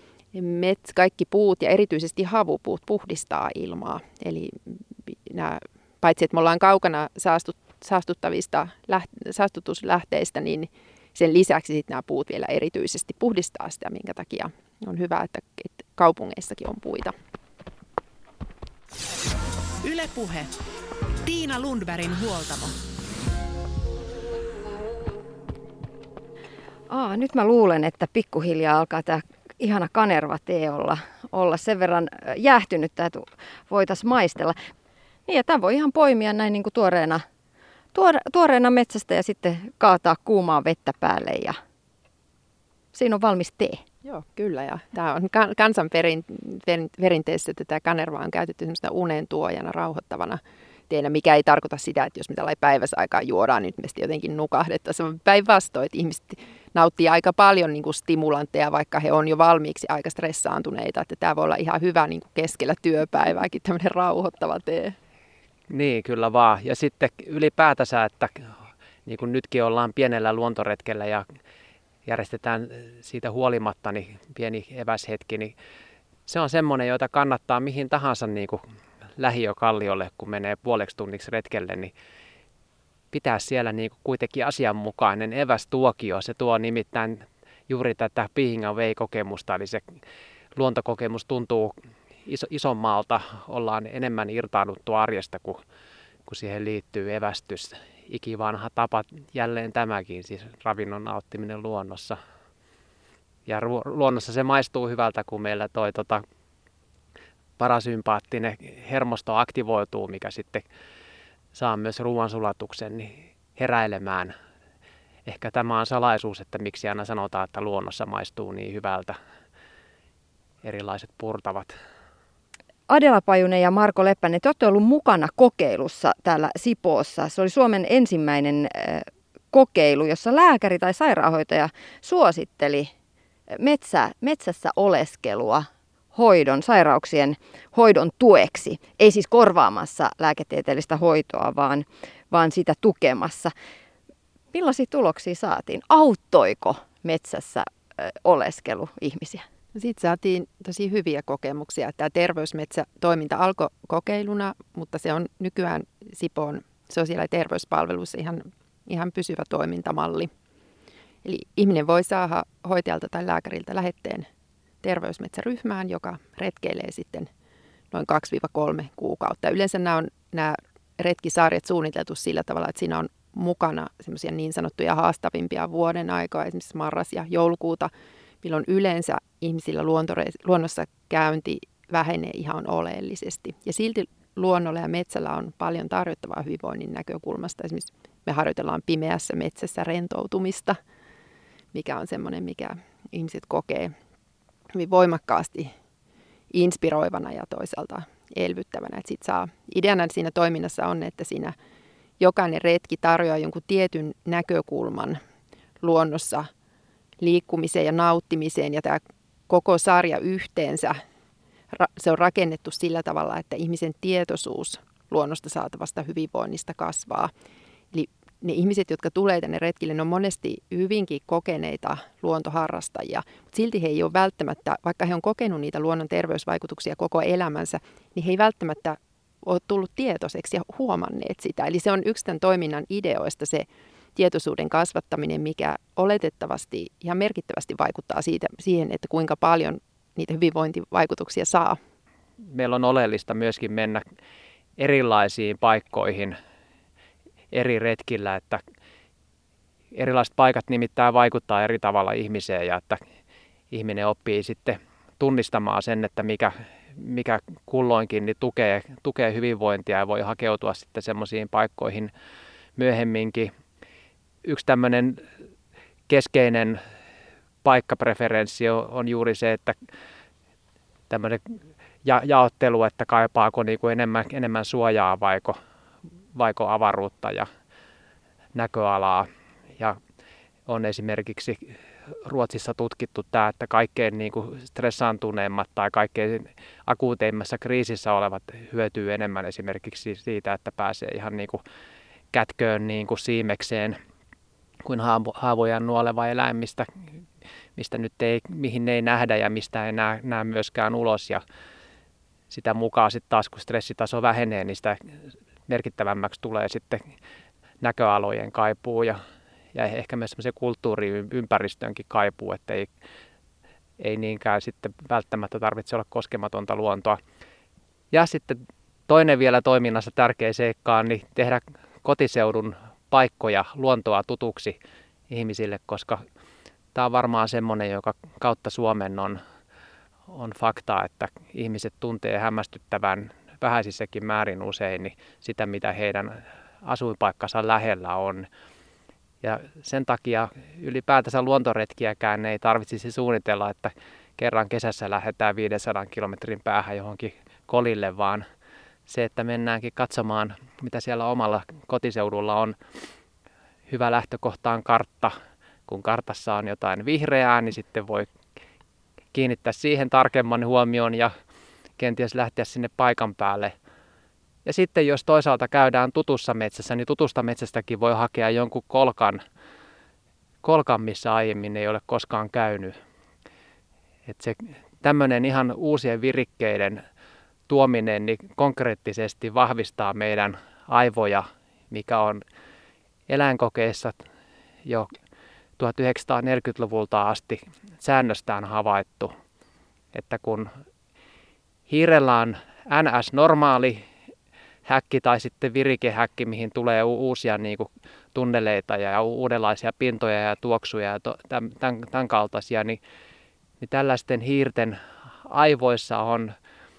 mets, kaikki puut ja erityisesti havupuut puhdistaa ilmaa. Eli nämä, paitsi että me ollaan kaukana saastut, saastuttavista läht, saastutuslähteistä, niin sen lisäksi sitten nämä puut vielä erityisesti puhdistaa sitä, minkä takia on hyvä, että, että kaupungeissakin on puita. Yle Puhe. Tiina Lundbergin huoltamo. Aa, nyt mä luulen, että pikkuhiljaa alkaa tämä ihana kanerva tee olla, olla sen verran jäähtynyt, että voitaisiin maistella. Niin, ja tämä voi ihan poimia näin niin kuin tuoreena, tuore, tuoreena metsästä ja sitten kaataa kuumaa vettä päälle ja siinä on valmis tee. Joo, kyllä. Ja tämä on kansan perinteessä, että tämä kanerva on käytetty semmoista unen tuojana, rauhoittavana teenä, mikä ei tarkoita sitä, että jos me tällainen päiväsaikaa juodaan, niin me jotenkin nukahdettaisiin. Päinvastoin, että ihmiset nauttii aika paljon niin kuin stimulantteja, vaikka he on jo valmiiksi aika stressaantuneita. Että tämä voi olla ihan hyvä niin kuin keskellä työpäivääkin, tämmöinen rauhoittava tee. Niin, kyllä vaan. Ja sitten ylipäätänsä, että niin kuin nytkin ollaan pienellä luontoretkellä ja järjestetään siitä huolimatta niin pieni eväshetki, niin se on semmoinen, jota kannattaa mihin tahansa niin kuin lähiökalliolle, kun menee puoleksi tunniksi retkelle, niin pitää siellä niin kuin kuitenkin asianmukainen evästuokio. Se tuo nimittäin juuri tätä being away-kokemusta, eli se luontokokemus tuntuu iso, isommalta, ollaan enemmän irtaannuttu arjesta, kun, kun siihen liittyy evästys. Ikivanha tapa jälleen tämäkin, siis ravinnon nauttiminen luonnossa. Ja ru- luonnossa se maistuu hyvältä, kun meillä toi tota, parasympaattinen hermosto aktivoituu, mikä sitten saa myös ruoansulatuksen niin heräilemään. Ehkä tämä on salaisuus, että miksi aina sanotaan, että luonnossa maistuu niin hyvältä erilaiset purtavat. Adela Pajunen ja Marko Leppänen, te olette olleet mukana kokeilussa täällä Sipoossa. Se oli Suomen ensimmäinen kokeilu, jossa lääkäri tai sairaanhoitaja suositteli metsä, metsässä oleskelua hoidon, sairauksien hoidon tueksi. Ei siis korvaamassa lääketieteellistä hoitoa, vaan, vaan sitä tukemassa. Millaisia tuloksia saatiin? Auttoiko metsässä oleskelu ihmisiä? Siitä saatiin tosi hyviä kokemuksia. Tämä terveysmetsätoiminta alkoi kokeiluna, mutta se on nykyään Sipoon sosiaali- ja terveyspalveluissa ihan, ihan pysyvä toimintamalli. Eli ihminen voi saada hoitajalta tai lääkäriltä lähetteen terveysmetsäryhmään, joka retkeilee sitten noin kaksi kolme kuukautta. Yleensä nämä on nämä retkisarjat suunniteltu sillä tavalla, että siinä on mukana semmoisia niin sanottuja haastavimpia vuoden aikaa, esimerkiksi marras- ja joulukuuta milloin yleensä ihmisillä luontore- luonnossa käynti vähenee ihan oleellisesti. Ja silti luonnolla ja metsällä on paljon tarjottavaa hyvinvoinnin näkökulmasta. Esimerkiksi me harjoitellaan pimeässä metsässä rentoutumista, mikä on semmoinen, mikä ihmiset kokee hyvin voimakkaasti inspiroivana ja toisaalta elvyttävänä. Että sit saa, ideana siinä toiminnassa on, että siinä jokainen retki tarjoaa jonkun tietyn näkökulman luonnossa liikkumiseen ja nauttimiseen. Ja tämä koko sarja yhteensä, se on rakennettu sillä tavalla, että ihmisen tietoisuus luonnosta saatavasta hyvinvoinnista kasvaa. Eli ne ihmiset, jotka tulee tänne retkille, ne on monesti hyvinkin kokeneita luontoharrastajia, mutta silti he ei ole välttämättä, vaikka he on kokenut niitä luonnon terveysvaikutuksia koko elämänsä, niin he ei välttämättä ole tullut tietoiseksi ja huomanneet sitä. Eli se on yksi tämän toiminnan ideoista se tietoisuuden kasvattaminen, mikä oletettavasti ihan merkittävästi vaikuttaa siitä, siihen, että kuinka paljon niitä hyvinvointivaikutuksia saa. Meillä on oleellista myöskin mennä erilaisiin paikkoihin eri retkillä, että erilaiset paikat nimittäin vaikuttaa eri tavalla ihmiseen ja että ihminen oppii sitten tunnistamaan sen, että mikä, mikä kulloinkin niin tukee, tukee hyvinvointia ja voi hakeutua sitten semmoisiin paikkoihin myöhemminkin. Yksi tämmöinen keskeinen paikkapreferenssi on juuri se, että tämmöinen ja, jaottelu, että kaipaako niin kuin enemmän, enemmän suojaa vaiko, vaiko avaruutta ja näköalaa. Ja on esimerkiksi Ruotsissa tutkittu tämä, että kaikkein niin kuin stressaantuneimmat tai kaikkein akuuteimmassa kriisissä olevat hyötyy enemmän esimerkiksi siitä, että pääsee ihan niin kuin kätköön niin kuin siimekseen kuin haavojen nuoleva eläin, mistä, mistä nyt ei, mihin ei nähdä ja mistä ei näe, näe myöskään ulos. Ja sitä mukaan sitten taas, kun stressitaso vähenee, niin sitä merkittävämmäksi tulee sitten näköalojen kaipuu ja, ja ehkä myös semmoisen kulttuuriympäristönkin kaipuu, että ei, ei niinkään sitten välttämättä tarvitse olla koskematonta luontoa. Ja sitten toinen vielä toiminnassa tärkeä seikka on niin tehdä kotiseudun paikkoja, luontoa tutuksi ihmisille, koska tämä on varmaan semmoinen, joka kautta Suomen on, on fakta, että ihmiset tuntee hämmästyttävän vähäisissäkin määrin usein niin sitä, mitä heidän asuinpaikkansa lähellä on. Ja sen takia ylipäätänsä luontoretkiäkään ei tarvitsisi suunnitella, että kerran kesässä lähdetään viisisataa kilometrin päähän johonkin kolille, vaan se, että mennäänkin katsomaan, mitä siellä omalla kotiseudulla on. Hyvä lähtökohta on kartta. Kun kartassa on jotain vihreää, niin sitten voi kiinnittää siihen tarkemman huomioon ja kenties lähteä sinne paikan päälle. Ja sitten jos toisaalta käydään tutussa metsässä, niin tutusta metsästäkin voi hakea jonkun kolkan, kolkan missä aiemmin ei ole koskaan käynyt. Et se tämmöinen ihan uusien virikkeiden tuominen niin konkreettisesti vahvistaa meidän aivoja, mikä on eläinkokeissa jo tuhatyhdeksänsataaneljäkymmentäluvulta asti säännöstään havaittu, että kun hiirellä on N S-normaali häkki tai sitten virikehäkki, mihin tulee uusia niin kuin tunneleita ja uudenlaisia pintoja ja tuoksuja ja tämän, tämän kaltaisia, niin, niin tällaisten hiirten aivoissa on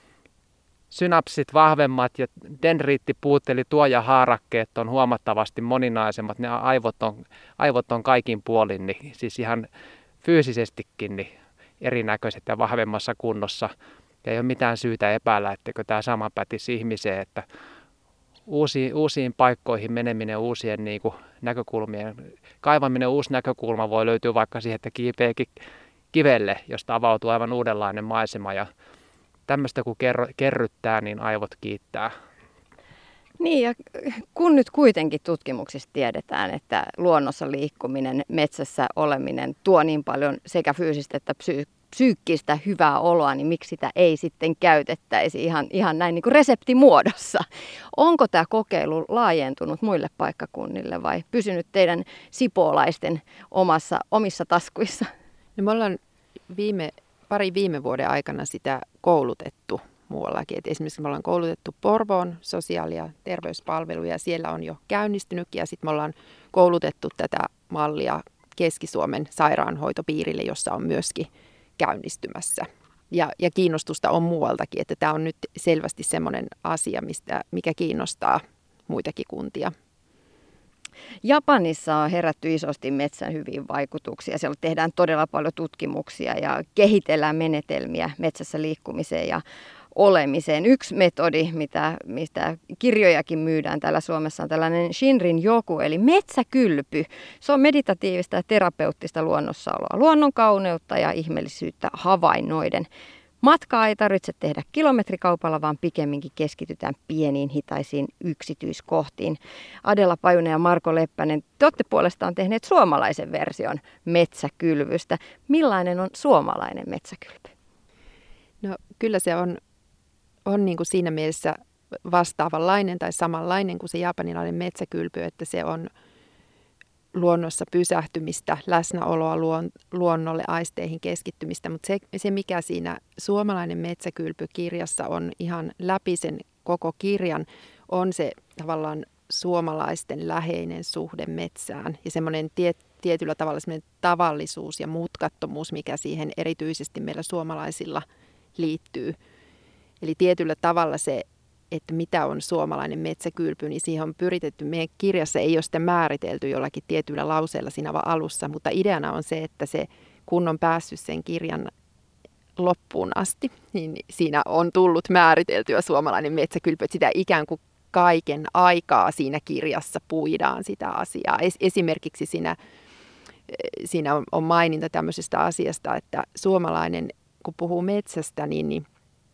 synapsit vahvemmat ja dendriittipuut eli tuojahaarakkeet on huomattavasti moninaisemmat. Ne aivot on, aivot on kaikin puolin, niin, siis ihan fyysisestikin niin erinäköiset ja vahvemmassa kunnossa. Ja ei ole mitään syytä epäillä, etteikö tämä sama pätisi ihmiseen, että uusiin, uusiin paikkoihin meneminen, uusien niin kuin, näkökulmien kaivaminen, uusi näkökulma voi löytyä vaikka siihen, että kiipeekin kivelle, josta avautuu aivan uudenlainen maisema. Ja tämmöistä kun kerro, kerryttää, niin aivot kiittää. Niin, ja kun nyt kuitenkin tutkimuksista tiedetään, että luonnossa liikkuminen, metsässä oleminen tuo niin paljon sekä fyysistä että psyy- psyykkistä hyvää oloa, niin miksi sitä ei sitten käytettäisi ihan, ihan näin niin kuin reseptimuodossa? Onko tämä kokeilu laajentunut muille paikkakunnille vai pysynyt teidän sipoolaisten omassa, omissa taskuissa? No me ollaan viime, pari viime vuoden aikana sitä koulutettu muuallakin. Et esimerkiksi me ollaan koulutettu Porvoon sosiaali- ja terveyspalveluja ja siellä on jo käynnistynytkin ja sitten me ollaan koulutettu tätä mallia Keski-Suomen sairaanhoitopiirille, jossa on myöskin käynnistymässä. Ja, ja kiinnostusta on muualtakin, että tämä on nyt selvästi semmoinen asia, mistä, mikä kiinnostaa muitakin kuntia. Japanissa on herätty isosti metsän hyviin vaikutuksia. Siellä tehdään todella paljon tutkimuksia ja kehitellään menetelmiä metsässä liikkumiseen ja olemiseen. Yksi metodi, mitä, mitä kirjojakin myydään täällä Suomessa, on tällainen Shinrin-yoku, eli metsäkylpy. Se on meditatiivista ja terapeuttista luonnossaoloa, luonnon kauneutta ja ihmeellisyyttä havainnoiden. Matkaa ei tarvitse tehdä kilometrikaupalla, vaan pikemminkin keskitytään pieniin hitaisiin yksityiskohtiin. Adela Pajunen ja Marko Leppänen, te olette puolestaan tehneet suomalaisen version metsäkylvystä. Millainen on suomalainen metsäkylpy? No kyllä se on, on niin kuin siinä mielessä vastaavanlainen tai samanlainen kuin se japanilainen metsäkylpy, että se on luonnossa pysähtymistä, läsnäoloa luon, luonnolle, aisteihin keskittymistä, mutta se, se mikä siinä suomalainen metsäkylpykirjassa on ihan läpi sen koko kirjan, on se tavallaan suomalaisten läheinen suhde metsään ja semmoinen tie, tietyllä tavalla semmoinen tavallisuus ja mutkattomuus, mikä siihen erityisesti meillä suomalaisilla liittyy. Eli tietyllä tavalla se, että mitä on suomalainen metsäkylpy, niin siihen on pyritetty. Meidän kirjassa ei ole sitä määritelty jollakin tietyllä lauseella siinä vaan alussa, mutta ideana on se, että se, kun on päässyt sen kirjan loppuun asti, niin siinä on tullut määriteltyä suomalainen metsäkylpy, että sitä ikään kuin kaiken aikaa siinä kirjassa puidaan sitä asiaa. Es, esimerkiksi siinä, siinä on, on maininta tämmöisestä asiasta, että suomalainen, kun puhuu metsästä, niin, niin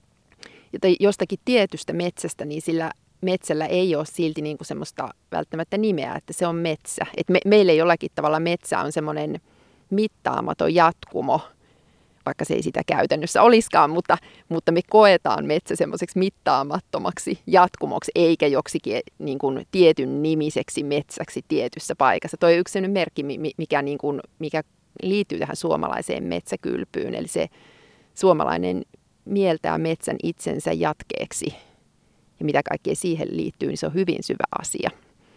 jostakin tietystä metsästä, niin sillä metsällä ei ole silti niin kuin semmoista välttämättä nimeä, että se on metsä. Et me, meillä jollakin tavalla metsä on semmoinen mittaamaton jatkumo, vaikka se ei sitä käytännössä olisikaan, mutta, mutta me koetaan metsä semmoiseksi mittaamattomaksi jatkumoksi, eikä joksikin niin kuin tietyn nimiseksi metsäksi tietyssä paikassa. Tuo on yksi sellainen merkki, mikä, niin kuin, mikä liittyy tähän suomalaiseen metsäkylpyyn, eli se suomalainen mieltää metsän itsensä jatkeeksi ja mitä kaikkea siihen liittyy, niin se on hyvin syvä asia.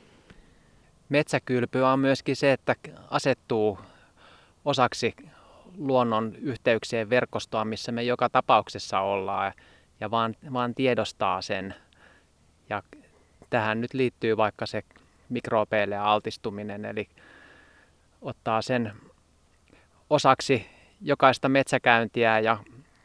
Metsäkylpy on myöskin se, että asettuu osaksi luonnon yhteyksien verkostoa, missä me joka tapauksessa ollaan ja vaan, vaan tiedostaa sen. Ja tähän nyt liittyy vaikka se mikrobeille altistuminen, eli ottaa sen osaksi jokaista metsäkäyntiä ja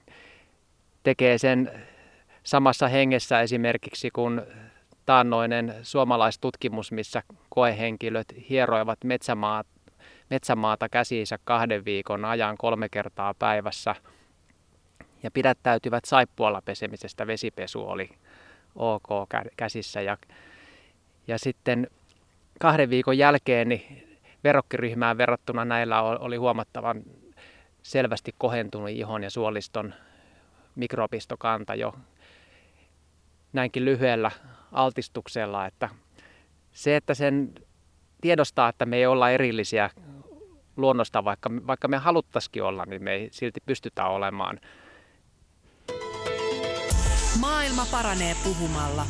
tekee sen samassa hengessä esimerkiksi kuin taannoinen suomalaistutkimus, missä koehenkilöt hieroivat metsämaata, metsämaata käsiinsä kahden viikon ajan kolme kertaa päivässä ja pidättäytyvät saippualla pesemisestä. Vesipesu oli ok käsissä ja, ja sitten kahden viikon jälkeen niin verrokkiryhmään verrattuna näillä oli huomattavan selvästi kohentunut ihon ja suoliston mikrobistokanta jo näinkin lyhyellä altistuksella, että se, että sen tiedostaa, että me ei olla erillisiä luonnosta, vaikka, vaikka me haluttaisikin olla, niin me ei silti pystytä olemaan. Maailma paranee puhumalla.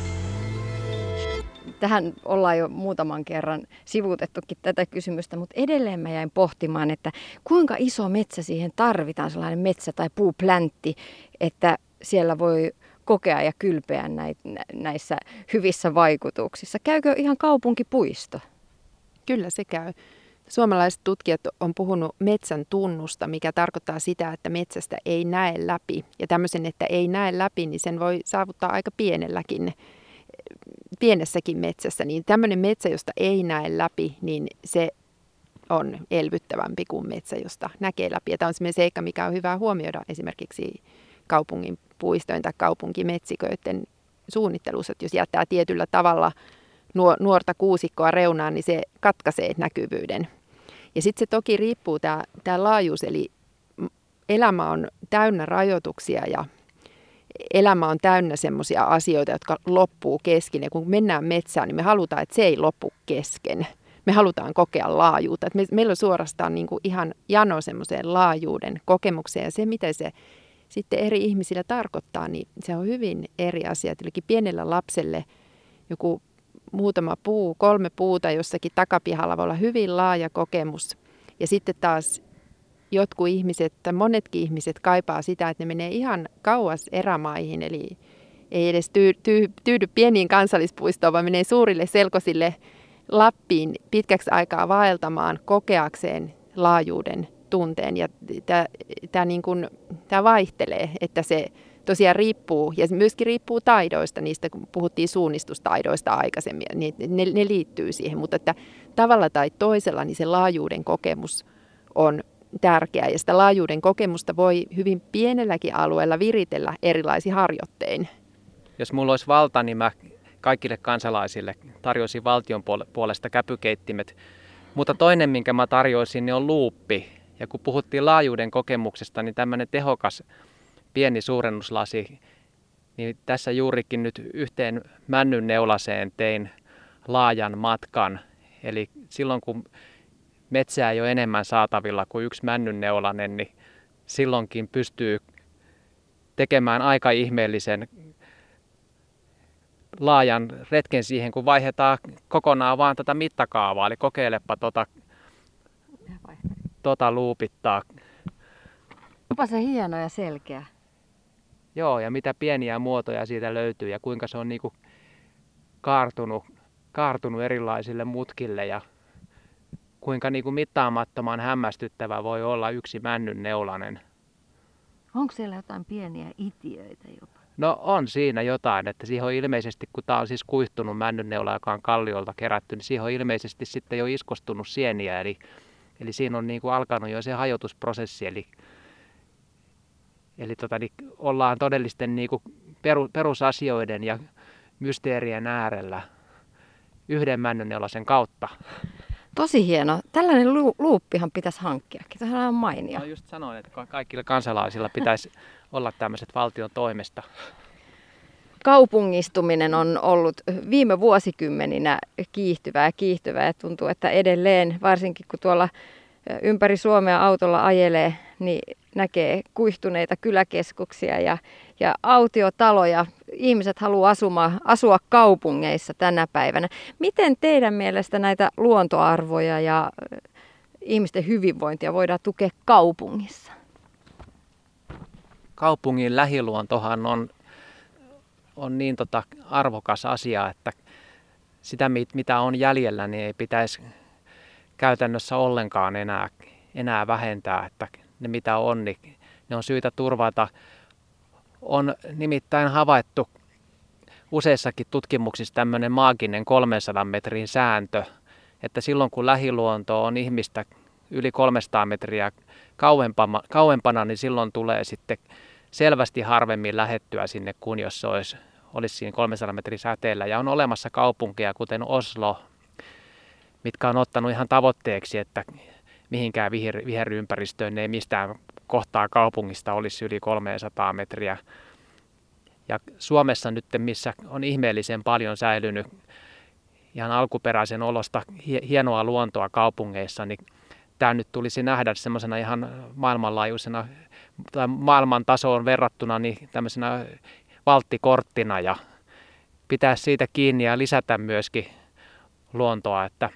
Tähän ollaan jo muutaman kerran sivuutettukin tätä kysymystä, mutta edelleen mä jäin pohtimaan, että kuinka iso metsä siihen tarvitaan, sellainen metsä- tai puupläntti, että siellä voi kokea ja kylpeä näissä hyvissä vaikutuksissa. Käykö ihan kaupunkipuisto? Kyllä se käy. Suomalaiset tutkijat on puhunut metsän tunnusta, mikä tarkoittaa sitä, että metsästä ei näe läpi. Ja tämmöisen, että ei näe läpi, niin sen voi saavuttaa aika pienelläkin, pienessäkin metsässä. Niin tämmöinen metsä, josta ei näe läpi, niin se on elvyttävämpi kuin metsä, josta näkee läpi. Ja tämä on sellainen seikka, mikä on hyvä huomioida esimerkiksi kaupungin puistojen tai kaupunkimetsiköiden suunnittelussa. Että jos jättää tietyllä tavalla nuorta kuusikkoa reunaan, niin se katkaisee näkyvyyden. Ja sitten se toki riippuu tämä, tämä laajuus, eli elämä on täynnä rajoituksia ja elämä on täynnä semmoisia asioita, jotka loppuu kesken. Ja kun mennään metsään, niin me halutaan, että se ei loppu kesken. Me halutaan kokea laajuutta. Et me, meillä on suorastaan niin kuin ihan jano semmoiseen laajuuden kokemukseen. Ja se, miten se sitten eri ihmisillä tarkoittaa, niin se on hyvin eri asia. Eli pienellä lapselle joku muutama puu, kolme puuta jossakin takapihalla voi olla hyvin laaja kokemus. Ja sitten taas jotkut ihmiset, tai monetkin ihmiset kaipaa sitä, että ne menee ihan kauas erämaihin, eli ei edes tyy, tyy, tyydy pieniin kansallispuistoon, vaan menee suurille selkosille Lappiin pitkäksi aikaa vaeltamaan kokeakseen laajuuden tunteen. Ja tämä niin kuin, tämä vaihtelee, että se tosiaan riippuu, ja myöskin riippuu taidoista, niistä kun puhuttiin suunnistustaidoista aikaisemmin, niin ne, ne liittyy siihen, mutta että tavalla tai toisella niin se laajuuden kokemus on tärkeää, ja sitä laajuuden kokemusta voi hyvin pienelläkin alueella viritellä erilaisin harjoittein. Jos mulla olisi valta, niin mä kaikille kansalaisille tarjoisin valtion puolesta käpykeittimet, mutta toinen, minkä mä tarjoisin, niin on luuppi. Ja kun puhuttiin laajuuden kokemuksesta, niin tämmöinen tehokas pieni suurennuslasi, niin tässä juurikin nyt yhteen männyn neulaseen tein laajan matkan. Eli silloin kun metsää ei ole enemmän saatavilla kuin yksi männyn neulanen, niin silloinkin pystyy tekemään aika ihmeellisen laajan retken siihen, kun vaihdetaan kokonaan vaan tätä mittakaavaa. Eli kokeilepa tota, tota luupittaa. Onpa se hieno ja selkeä. Joo, ja mitä pieniä muotoja siitä löytyy ja kuinka se on niinku kaartunut, kaartunut erilaisille mutkille ja kuinka niinku mittaamattoman hämmästyttävä voi olla yksi männyn neulanen. Onko siellä jotain pieniä itiöitä jopa? No on siinä jotain, että siihen on ilmeisesti, kun tämä on siis kuihtunut männynneula, joka on kalliolta kerätty, niin siihen on ilmeisesti sitten jo iskostunut sieniä, eli, eli siinä on niin kuin alkanut jo se hajotusprosessi, eli, eli tota, niin ollaan todellisten niin kuin peru, perusasioiden ja mysteerien äärellä yhden männynneulasen kautta. Tosi hieno. Tällainen lu- luuppihan pitäisi hankkiakin. Tämä on mainio. No just sanoin, että kaikilla kansalaisilla pitäisi olla tämmöiset valtion toimesta. Kaupungistuminen on ollut viime vuosikymmeninä kiihtyvää ja kiihtyvää ja tuntuu, että edelleen, varsinkin kun tuolla ympäri Suomea autolla ajelee, niin näkee kuihtuneita kyläkeskuksia ja, ja autiotaloja. Ihmiset haluaa asuma, asua kaupungeissa tänä päivänä. Miten teidän mielestä näitä luontoarvoja ja ihmisten hyvinvointia voidaan tukea kaupungissa? Kaupungin lähiluontohan on, on niin tota arvokas asia, että sitä mitä on jäljellä, niin ei pitäisi käytännössä ollenkaan enää, enää vähentää, että ne mitä on, niin ne on syytä turvata. On nimittäin havaittu useissakin tutkimuksissa tämmöinen maaginen kolmensadan metrin sääntö, että silloin kun lähiluonto on ihmistä yli kolmesataa metriä kauempana, kauempana, niin silloin tulee sitten selvästi harvemmin lähettyä sinne, kuin jos se olisi, olisi siinä kolmensadan metrin säteellä. Ja on olemassa kaupunkeja, kuten Oslo, mitkä on ottanut ihan tavoitteeksi, että mihinkään viher, viherympäristöön ei mistään kohtaa kaupungista olisi yli kolmesataa metriä. Ja Suomessa nyt, missä on ihmeellisen paljon säilynyt ihan alkuperäisen olosta hienoa luontoa kaupungeissa, niin tämä nyt tulisi nähdä semmoisena ihan maailmanlaajuisena tai maailman tasoon verrattuna niin tämmöisenä valttikorttina ja pitää siitä kiinni ja lisätä myöskin luontoa, että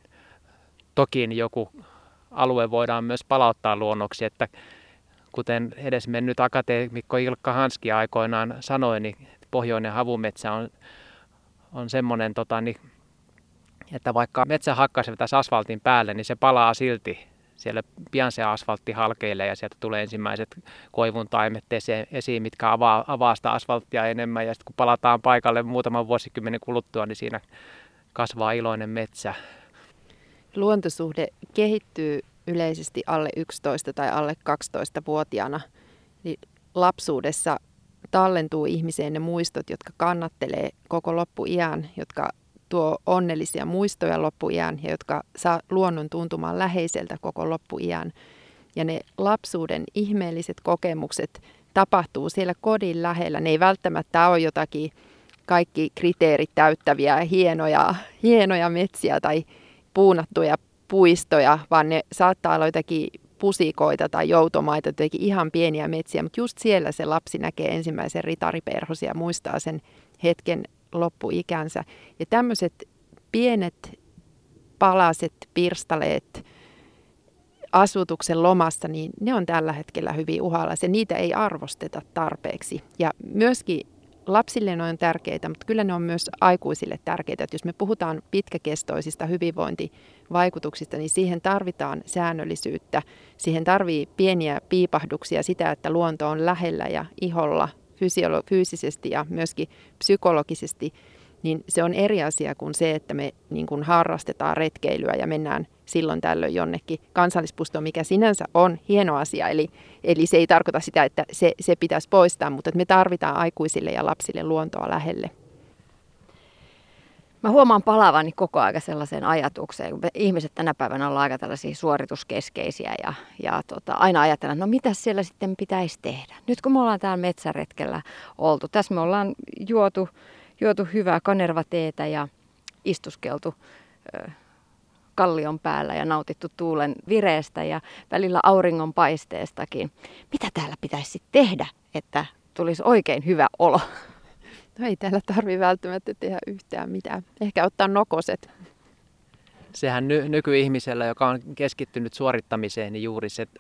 toki joku alue voidaan myös palauttaa luonnoksi, että kuten edesmennyt akateemikko Ilkka Hanski aikoinaan sanoi, niin pohjoinen havumetsä on, on semmoinen, tota, niin, että vaikka metsä hakkaisi tässä asfaltin päälle, niin se palaa silti. Siellä pian se asfaltti halkeilee ja sieltä tulee ensimmäiset koivun taimet esiin, mitkä avaa, avaa sitä asfalttia enemmän. Ja sitten kun palataan paikalle muutaman vuosikymmenen kuluttua, niin siinä kasvaa iloinen metsä. Luontosuhde kehittyy yleisesti alle yksitoista- tai alle kaksitoista-vuotiaana. Eli lapsuudessa tallentuu ihmiseen ne muistot, jotka kannattelee koko loppuiän, jotka tuo onnellisia muistoja loppuiän ja jotka saa luonnon tuntumaan läheiseltä koko loppuiän. Ja ne lapsuuden ihmeelliset kokemukset tapahtuu siellä kodin lähellä. Ne ei välttämättä ole jotakin kaikki kriteerit täyttäviä hienoja, hienoja metsiä tai puunattuja puistoja, vaan ne saattaa olla jotakin pusikoita tai joutomaita, jotenkin ihan pieniä metsiä, mutta just siellä se lapsi näkee ensimmäisen ritariperhosen ja muistaa sen hetken loppuikänsä. Ja tämmöiset pienet palaset, pirstaleet asutuksen lomassa, niin ne on tällä hetkellä hyvin uhanalaisia. Niitä ei arvosteta tarpeeksi. Ja myöskin lapsille ne on tärkeitä, mutta kyllä ne on myös aikuisille tärkeitä. Että jos me puhutaan pitkäkestoisista hyvinvointivaikutuksista, niin siihen tarvitaan säännöllisyyttä. Siihen tarvii pieniä piipahduksia, sitä, että luonto on lähellä ja iholla fysiolo- fyysisesti ja myöskin psykologisesti. Niin se on eri asia kuin se, että me niin kuin harrastetaan retkeilyä ja mennään silloin tällöin jonnekin kansallispuistoon, mikä sinänsä on hieno asia. Eli, eli se ei tarkoita sitä, että se, se pitäisi poistaa, mutta että me tarvitaan aikuisille ja lapsille luontoa lähelle. Mä huomaan palaavani koko ajan sellaiseen ajatukseen, kun ihmiset tänä päivänä ollaan aika tällaisia suorituskeskeisiä ja, ja tota, aina ajatellaan, no mitä siellä sitten pitäisi tehdä. Nyt kun me ollaan täällä metsäretkellä oltu, tässä me ollaan juotu, juotu hyvää kanervateetä ja istuskeltu ö, kallion päällä ja nautittu tuulen vireestä ja välillä auringon paisteestakin. Mitä täällä pitäisi sitten tehdä, että tulisi oikein hyvä olo? No ei täällä tarvitse välttämättä tehdä yhtään mitään. Ehkä ottaa nokoset. Sehän ny- nykyihmisellä, joka on keskittynyt suorittamiseen, niin juuri se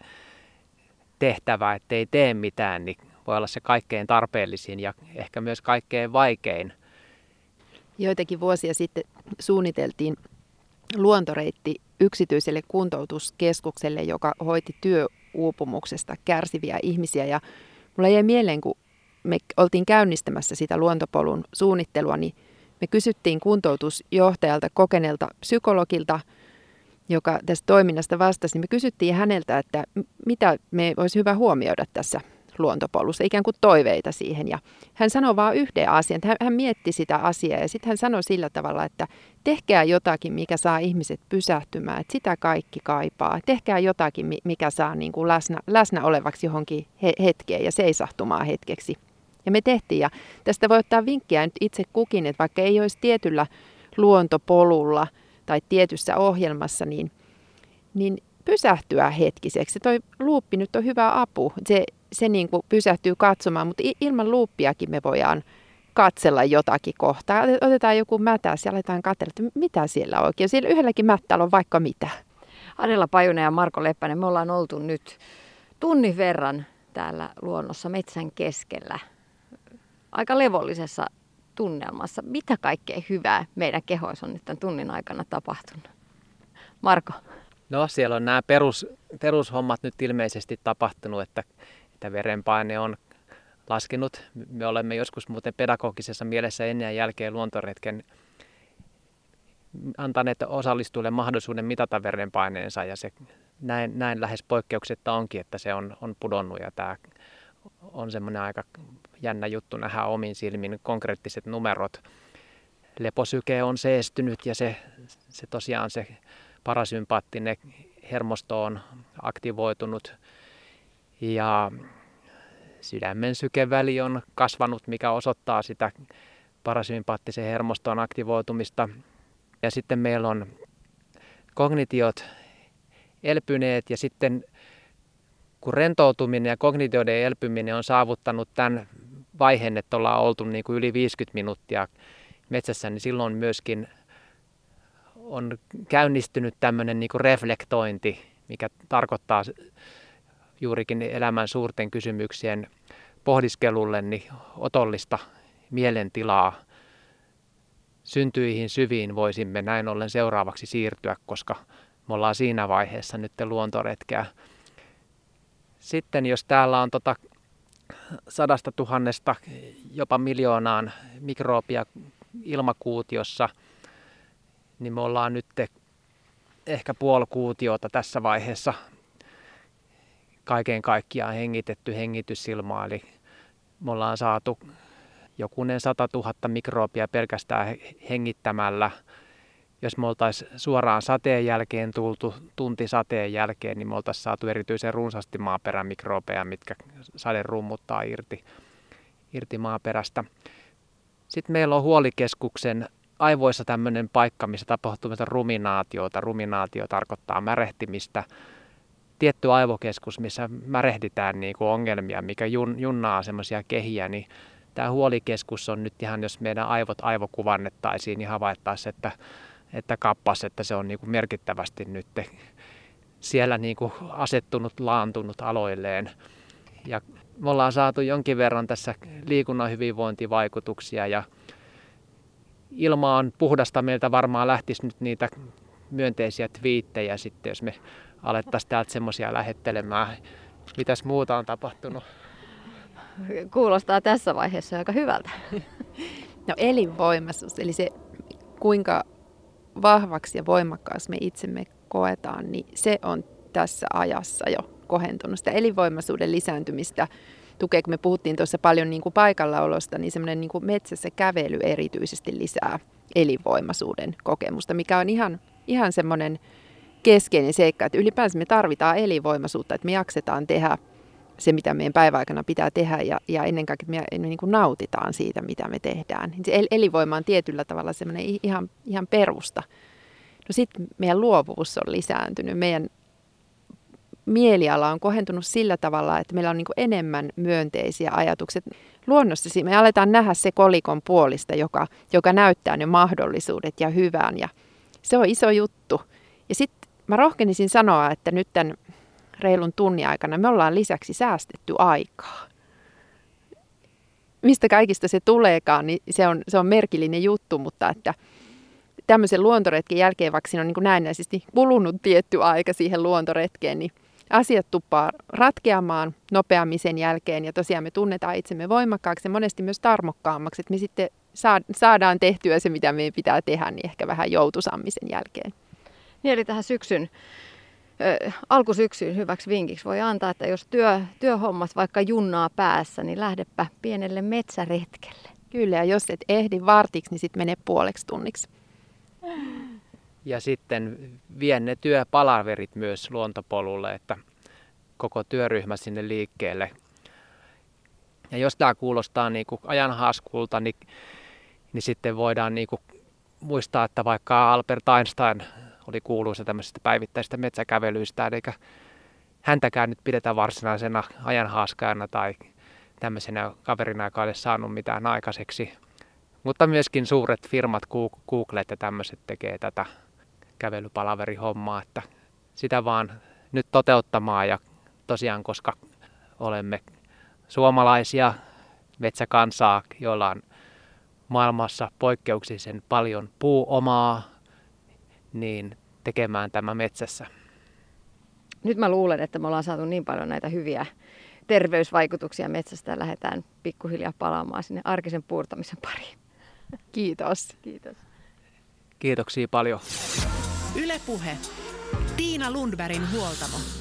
tehtävä, ettei tee mitään, niin voi olla se kaikkein tarpeellisin ja ehkä myös kaikkein vaikein. Joitakin vuosia sitten suunniteltiin luontoreitti yksityiselle kuntoutuskeskukselle, joka hoiti työuupumuksesta kärsiviä ihmisiä. Ja mulla jäi mieleen, kun me oltiin käynnistämässä sitä luontopolun suunnittelua, niin me kysyttiin kuntoutusjohtajalta, kokeneelta psykologilta, joka tästä toiminnasta vastasi, niin me kysyttiin häneltä, että mitä me olisi hyvä huomioida tässä luontopolussa, ikään kuin toiveita siihen. Ja hän sanoi vain yhden asian, hän, hän mietti sitä asiaa ja sitten hän sanoi sillä tavalla, että tehkää jotakin, mikä saa ihmiset pysähtymään, että sitä kaikki kaipaa. Tehkää jotakin, mikä saa niin kuin läsnä, läsnä olevaksi johonkin he, hetkeen ja seisahtumaan hetkeksi. Ja me tehtiin, ja tästä voi ottaa vinkkiä nyt itse kukin, että vaikka ei olisi tietyllä luontopolulla tai tietyssä ohjelmassa, niin, niin pysähtyä hetkiseksi. Toi luuppi nyt on hyvä apu. Se, se niin kuin pysähtyy katsomaan, mutta ilman luuppiakin me voidaan katsella jotakin kohtaa. Otetaan joku mätäs ja aletaan katsella, että mitä siellä oikein. Siellä yhdelläkin mättällä on vaikka mitä. Adela Pajunen ja Marko Leppänen, me ollaan oltu nyt tunnin verran täällä luonnossa metsän keskellä. Aika levollisessa tunnelmassa. Mitä kaikkea hyvää meidän kehoissa on nyt tämän tunnin aikana tapahtunut? Marko? No siellä on nämä perus, perushommat nyt ilmeisesti tapahtunut, että, että verenpaine on laskenut. Me olemme joskus muuten pedagogisessa mielessä ennen ja jälkeen luontoretken antaneet osallistujille mahdollisuuden mitata verenpaineensa ja se näin, näin lähes poikkeuksetta onkin, että se on, on pudonnut ja tämä on semmoinen aika jännä juttu nähdä omin silmin konkreettiset numerot. Leposyke on seestynyt ja se, se tosiaan se parasympaattinen hermosto on aktivoitunut ja sydämen sykeväli on kasvanut, mikä osoittaa sitä parasympaattisen hermoston aktivoitumista. Ja sitten meillä on kognitiot elpyneet ja sitten kun rentoutuminen ja kognitioiden elpyminen on saavuttanut tämän vaiheen, että ollaan oltu niin kuin yli viisikymmentä minuuttia metsässä, niin silloin myöskin on käynnistynyt tämmöinen niin kuin reflektointi, mikä tarkoittaa juurikin elämän suurten kysymyksien pohdiskelulle niin otollista mielentilaa. Syntyihin syviin voisimme näin ollen seuraavaksi siirtyä, koska me ollaan siinä vaiheessa nyt luontoretkeä. Sitten jos täällä on tota sadasta tuhannesta jopa miljoonaan mikroobia ilmakuutiossa, niin me ollaan nyt ehkä puoli kuutiota tässä vaiheessa kaiken kaikkiaan hengitetty hengitysilmaa. Eli me ollaan saatu jokunen sata tuhatta mikroobia pelkästään hengittämällä. Jos me oltaisiin suoraan sateen jälkeen tultu, tunti sateen jälkeen, niin me oltaisiin saatu erityisen runsaasti maaperän mikrobeja, mitkä sade rummuttaa irti, irti maaperästä. Sitten meillä on huolikeskuksen aivoissa tämmöinen paikka, missä tapahtuu ruminaatiota. Ruminaatio tarkoittaa märehtimistä. Tietty aivokeskus, missä märehditään niin kuin ongelmia, mikä jun, junnaa semmoisia kehiä, niin tämä huolikeskus on nyt ihan, jos meidän aivot aivokuvannettaisiin, niin havaittaisiin, että, että kappas, että se on niin kuin merkittävästi nyt siellä niin kuin asettunut, laantunut aloilleen. Ja me ollaan saatu jonkin verran tässä liikunnan hyvinvointivaikutuksia ja ilma on puhdasta. Meiltä varmaan lähtisi nyt niitä myönteisiä twiittejä sitten, jos me alettaisiin täältä semmoisia lähettelemään. Mitäs muuta on tapahtunut? Kuulostaa tässä vaiheessa aika hyvältä. No elinvoimaisuus, eli se kuinka vahvaksi ja voimakkaaksi me itsemme koetaan, niin se on tässä ajassa jo kohentunut. Sitä elinvoimaisuuden lisääntymistä tukee, kun me puhuttiin tuossa paljon niin kuin paikallaolosta, niin semmoinen niin kuin metsässä kävely erityisesti lisää elinvoimaisuuden kokemusta, mikä on ihan, ihan semmoinen keskeinen seikka, että ylipäänsä me tarvitaan elinvoimaisuutta, että me jaksetaan tehdä se, mitä meidän päiväaikana pitää tehdä ja, ja ennen kaikkea, että me, me niin kuin nautitaan siitä, mitä me tehdään. Se elinvoima on tietyllä tavalla semmoinen ihan, ihan perusta. No sitten meidän luovuus on lisääntynyt, meidän mieliala on kohentunut sillä tavalla, että meillä on niin kuin enemmän myönteisiä ajatuksia. Luonnossa me aletaan nähdä se kolikon puolista, joka, joka näyttää ne mahdollisuudet ja hyvän, ja se on iso juttu. Ja sitten mä rohkenisin sanoa, että nyt tämän reilun tunnin aikana me ollaan lisäksi säästetty aikaa. Mistä kaikista se tuleekaan, niin se on, se on merkillinen juttu, mutta että tämmöisen luontoretken jälkeen, vaikka siinä on niin kuin näennäisesti kulunut tietty aika siihen luontoretkeen, niin asiat tuppaa ratkeamaan nopeammin sen jälkeen ja tosiaan me tunnetaan itsemme voimakkaaksi ja monesti myös tarmokkaammaksi, että me sitten saadaan tehtyä se, mitä meidän pitää tehdä, niin ehkä vähän joutuisammin sen jälkeen. Niin, eli tähän syksyn, ö, alkusyksyyn hyväksi vinkiksi voi antaa, että jos työ, työhommat vaikka junnaa päässä, niin lähdepä pienelle metsäretkelle. Kyllä, ja jos et ehdi vartiksi, niin sitten mene puoleksi tunniksi. Ja sitten vie ne työpalaverit myös luontopolulle, että koko työryhmä sinne liikkeelle. Ja jos tämä kuulostaa niin kuin ajanhaaskulta, niin, niin sitten voidaan niin kuin muistaa, että vaikka Albert Einstein oli kuuluisa tämmöisistä päivittäisistä metsäkävelyistä, eli häntäkään nyt pidetään varsinaisena ajanhaaskajana tai tämmöisenä kaverina, joka ei ole saanut mitään aikaiseksi. Mutta myöskin suuret firmat, Googlet ja tämmöiset tekee tätä kävelypalaverihommaa, että sitä vaan nyt toteuttamaan ja tosiaan, koska olemme suomalaisia metsäkansaa, joilla on maailmassa poikkeuksellisen paljon puuomaa, niin tekemään tämä metsässä. Nyt mä luulen, että me ollaan saatu niin paljon näitä hyviä terveysvaikutuksia metsästä ja lähdetään pikkuhiljaa palaamaan sinne arkisen puurtamisen pariin. Kiitos. Kiitos. Kiitoksia paljon. Yle Puhe. Tiina Lundbergin huoltamo.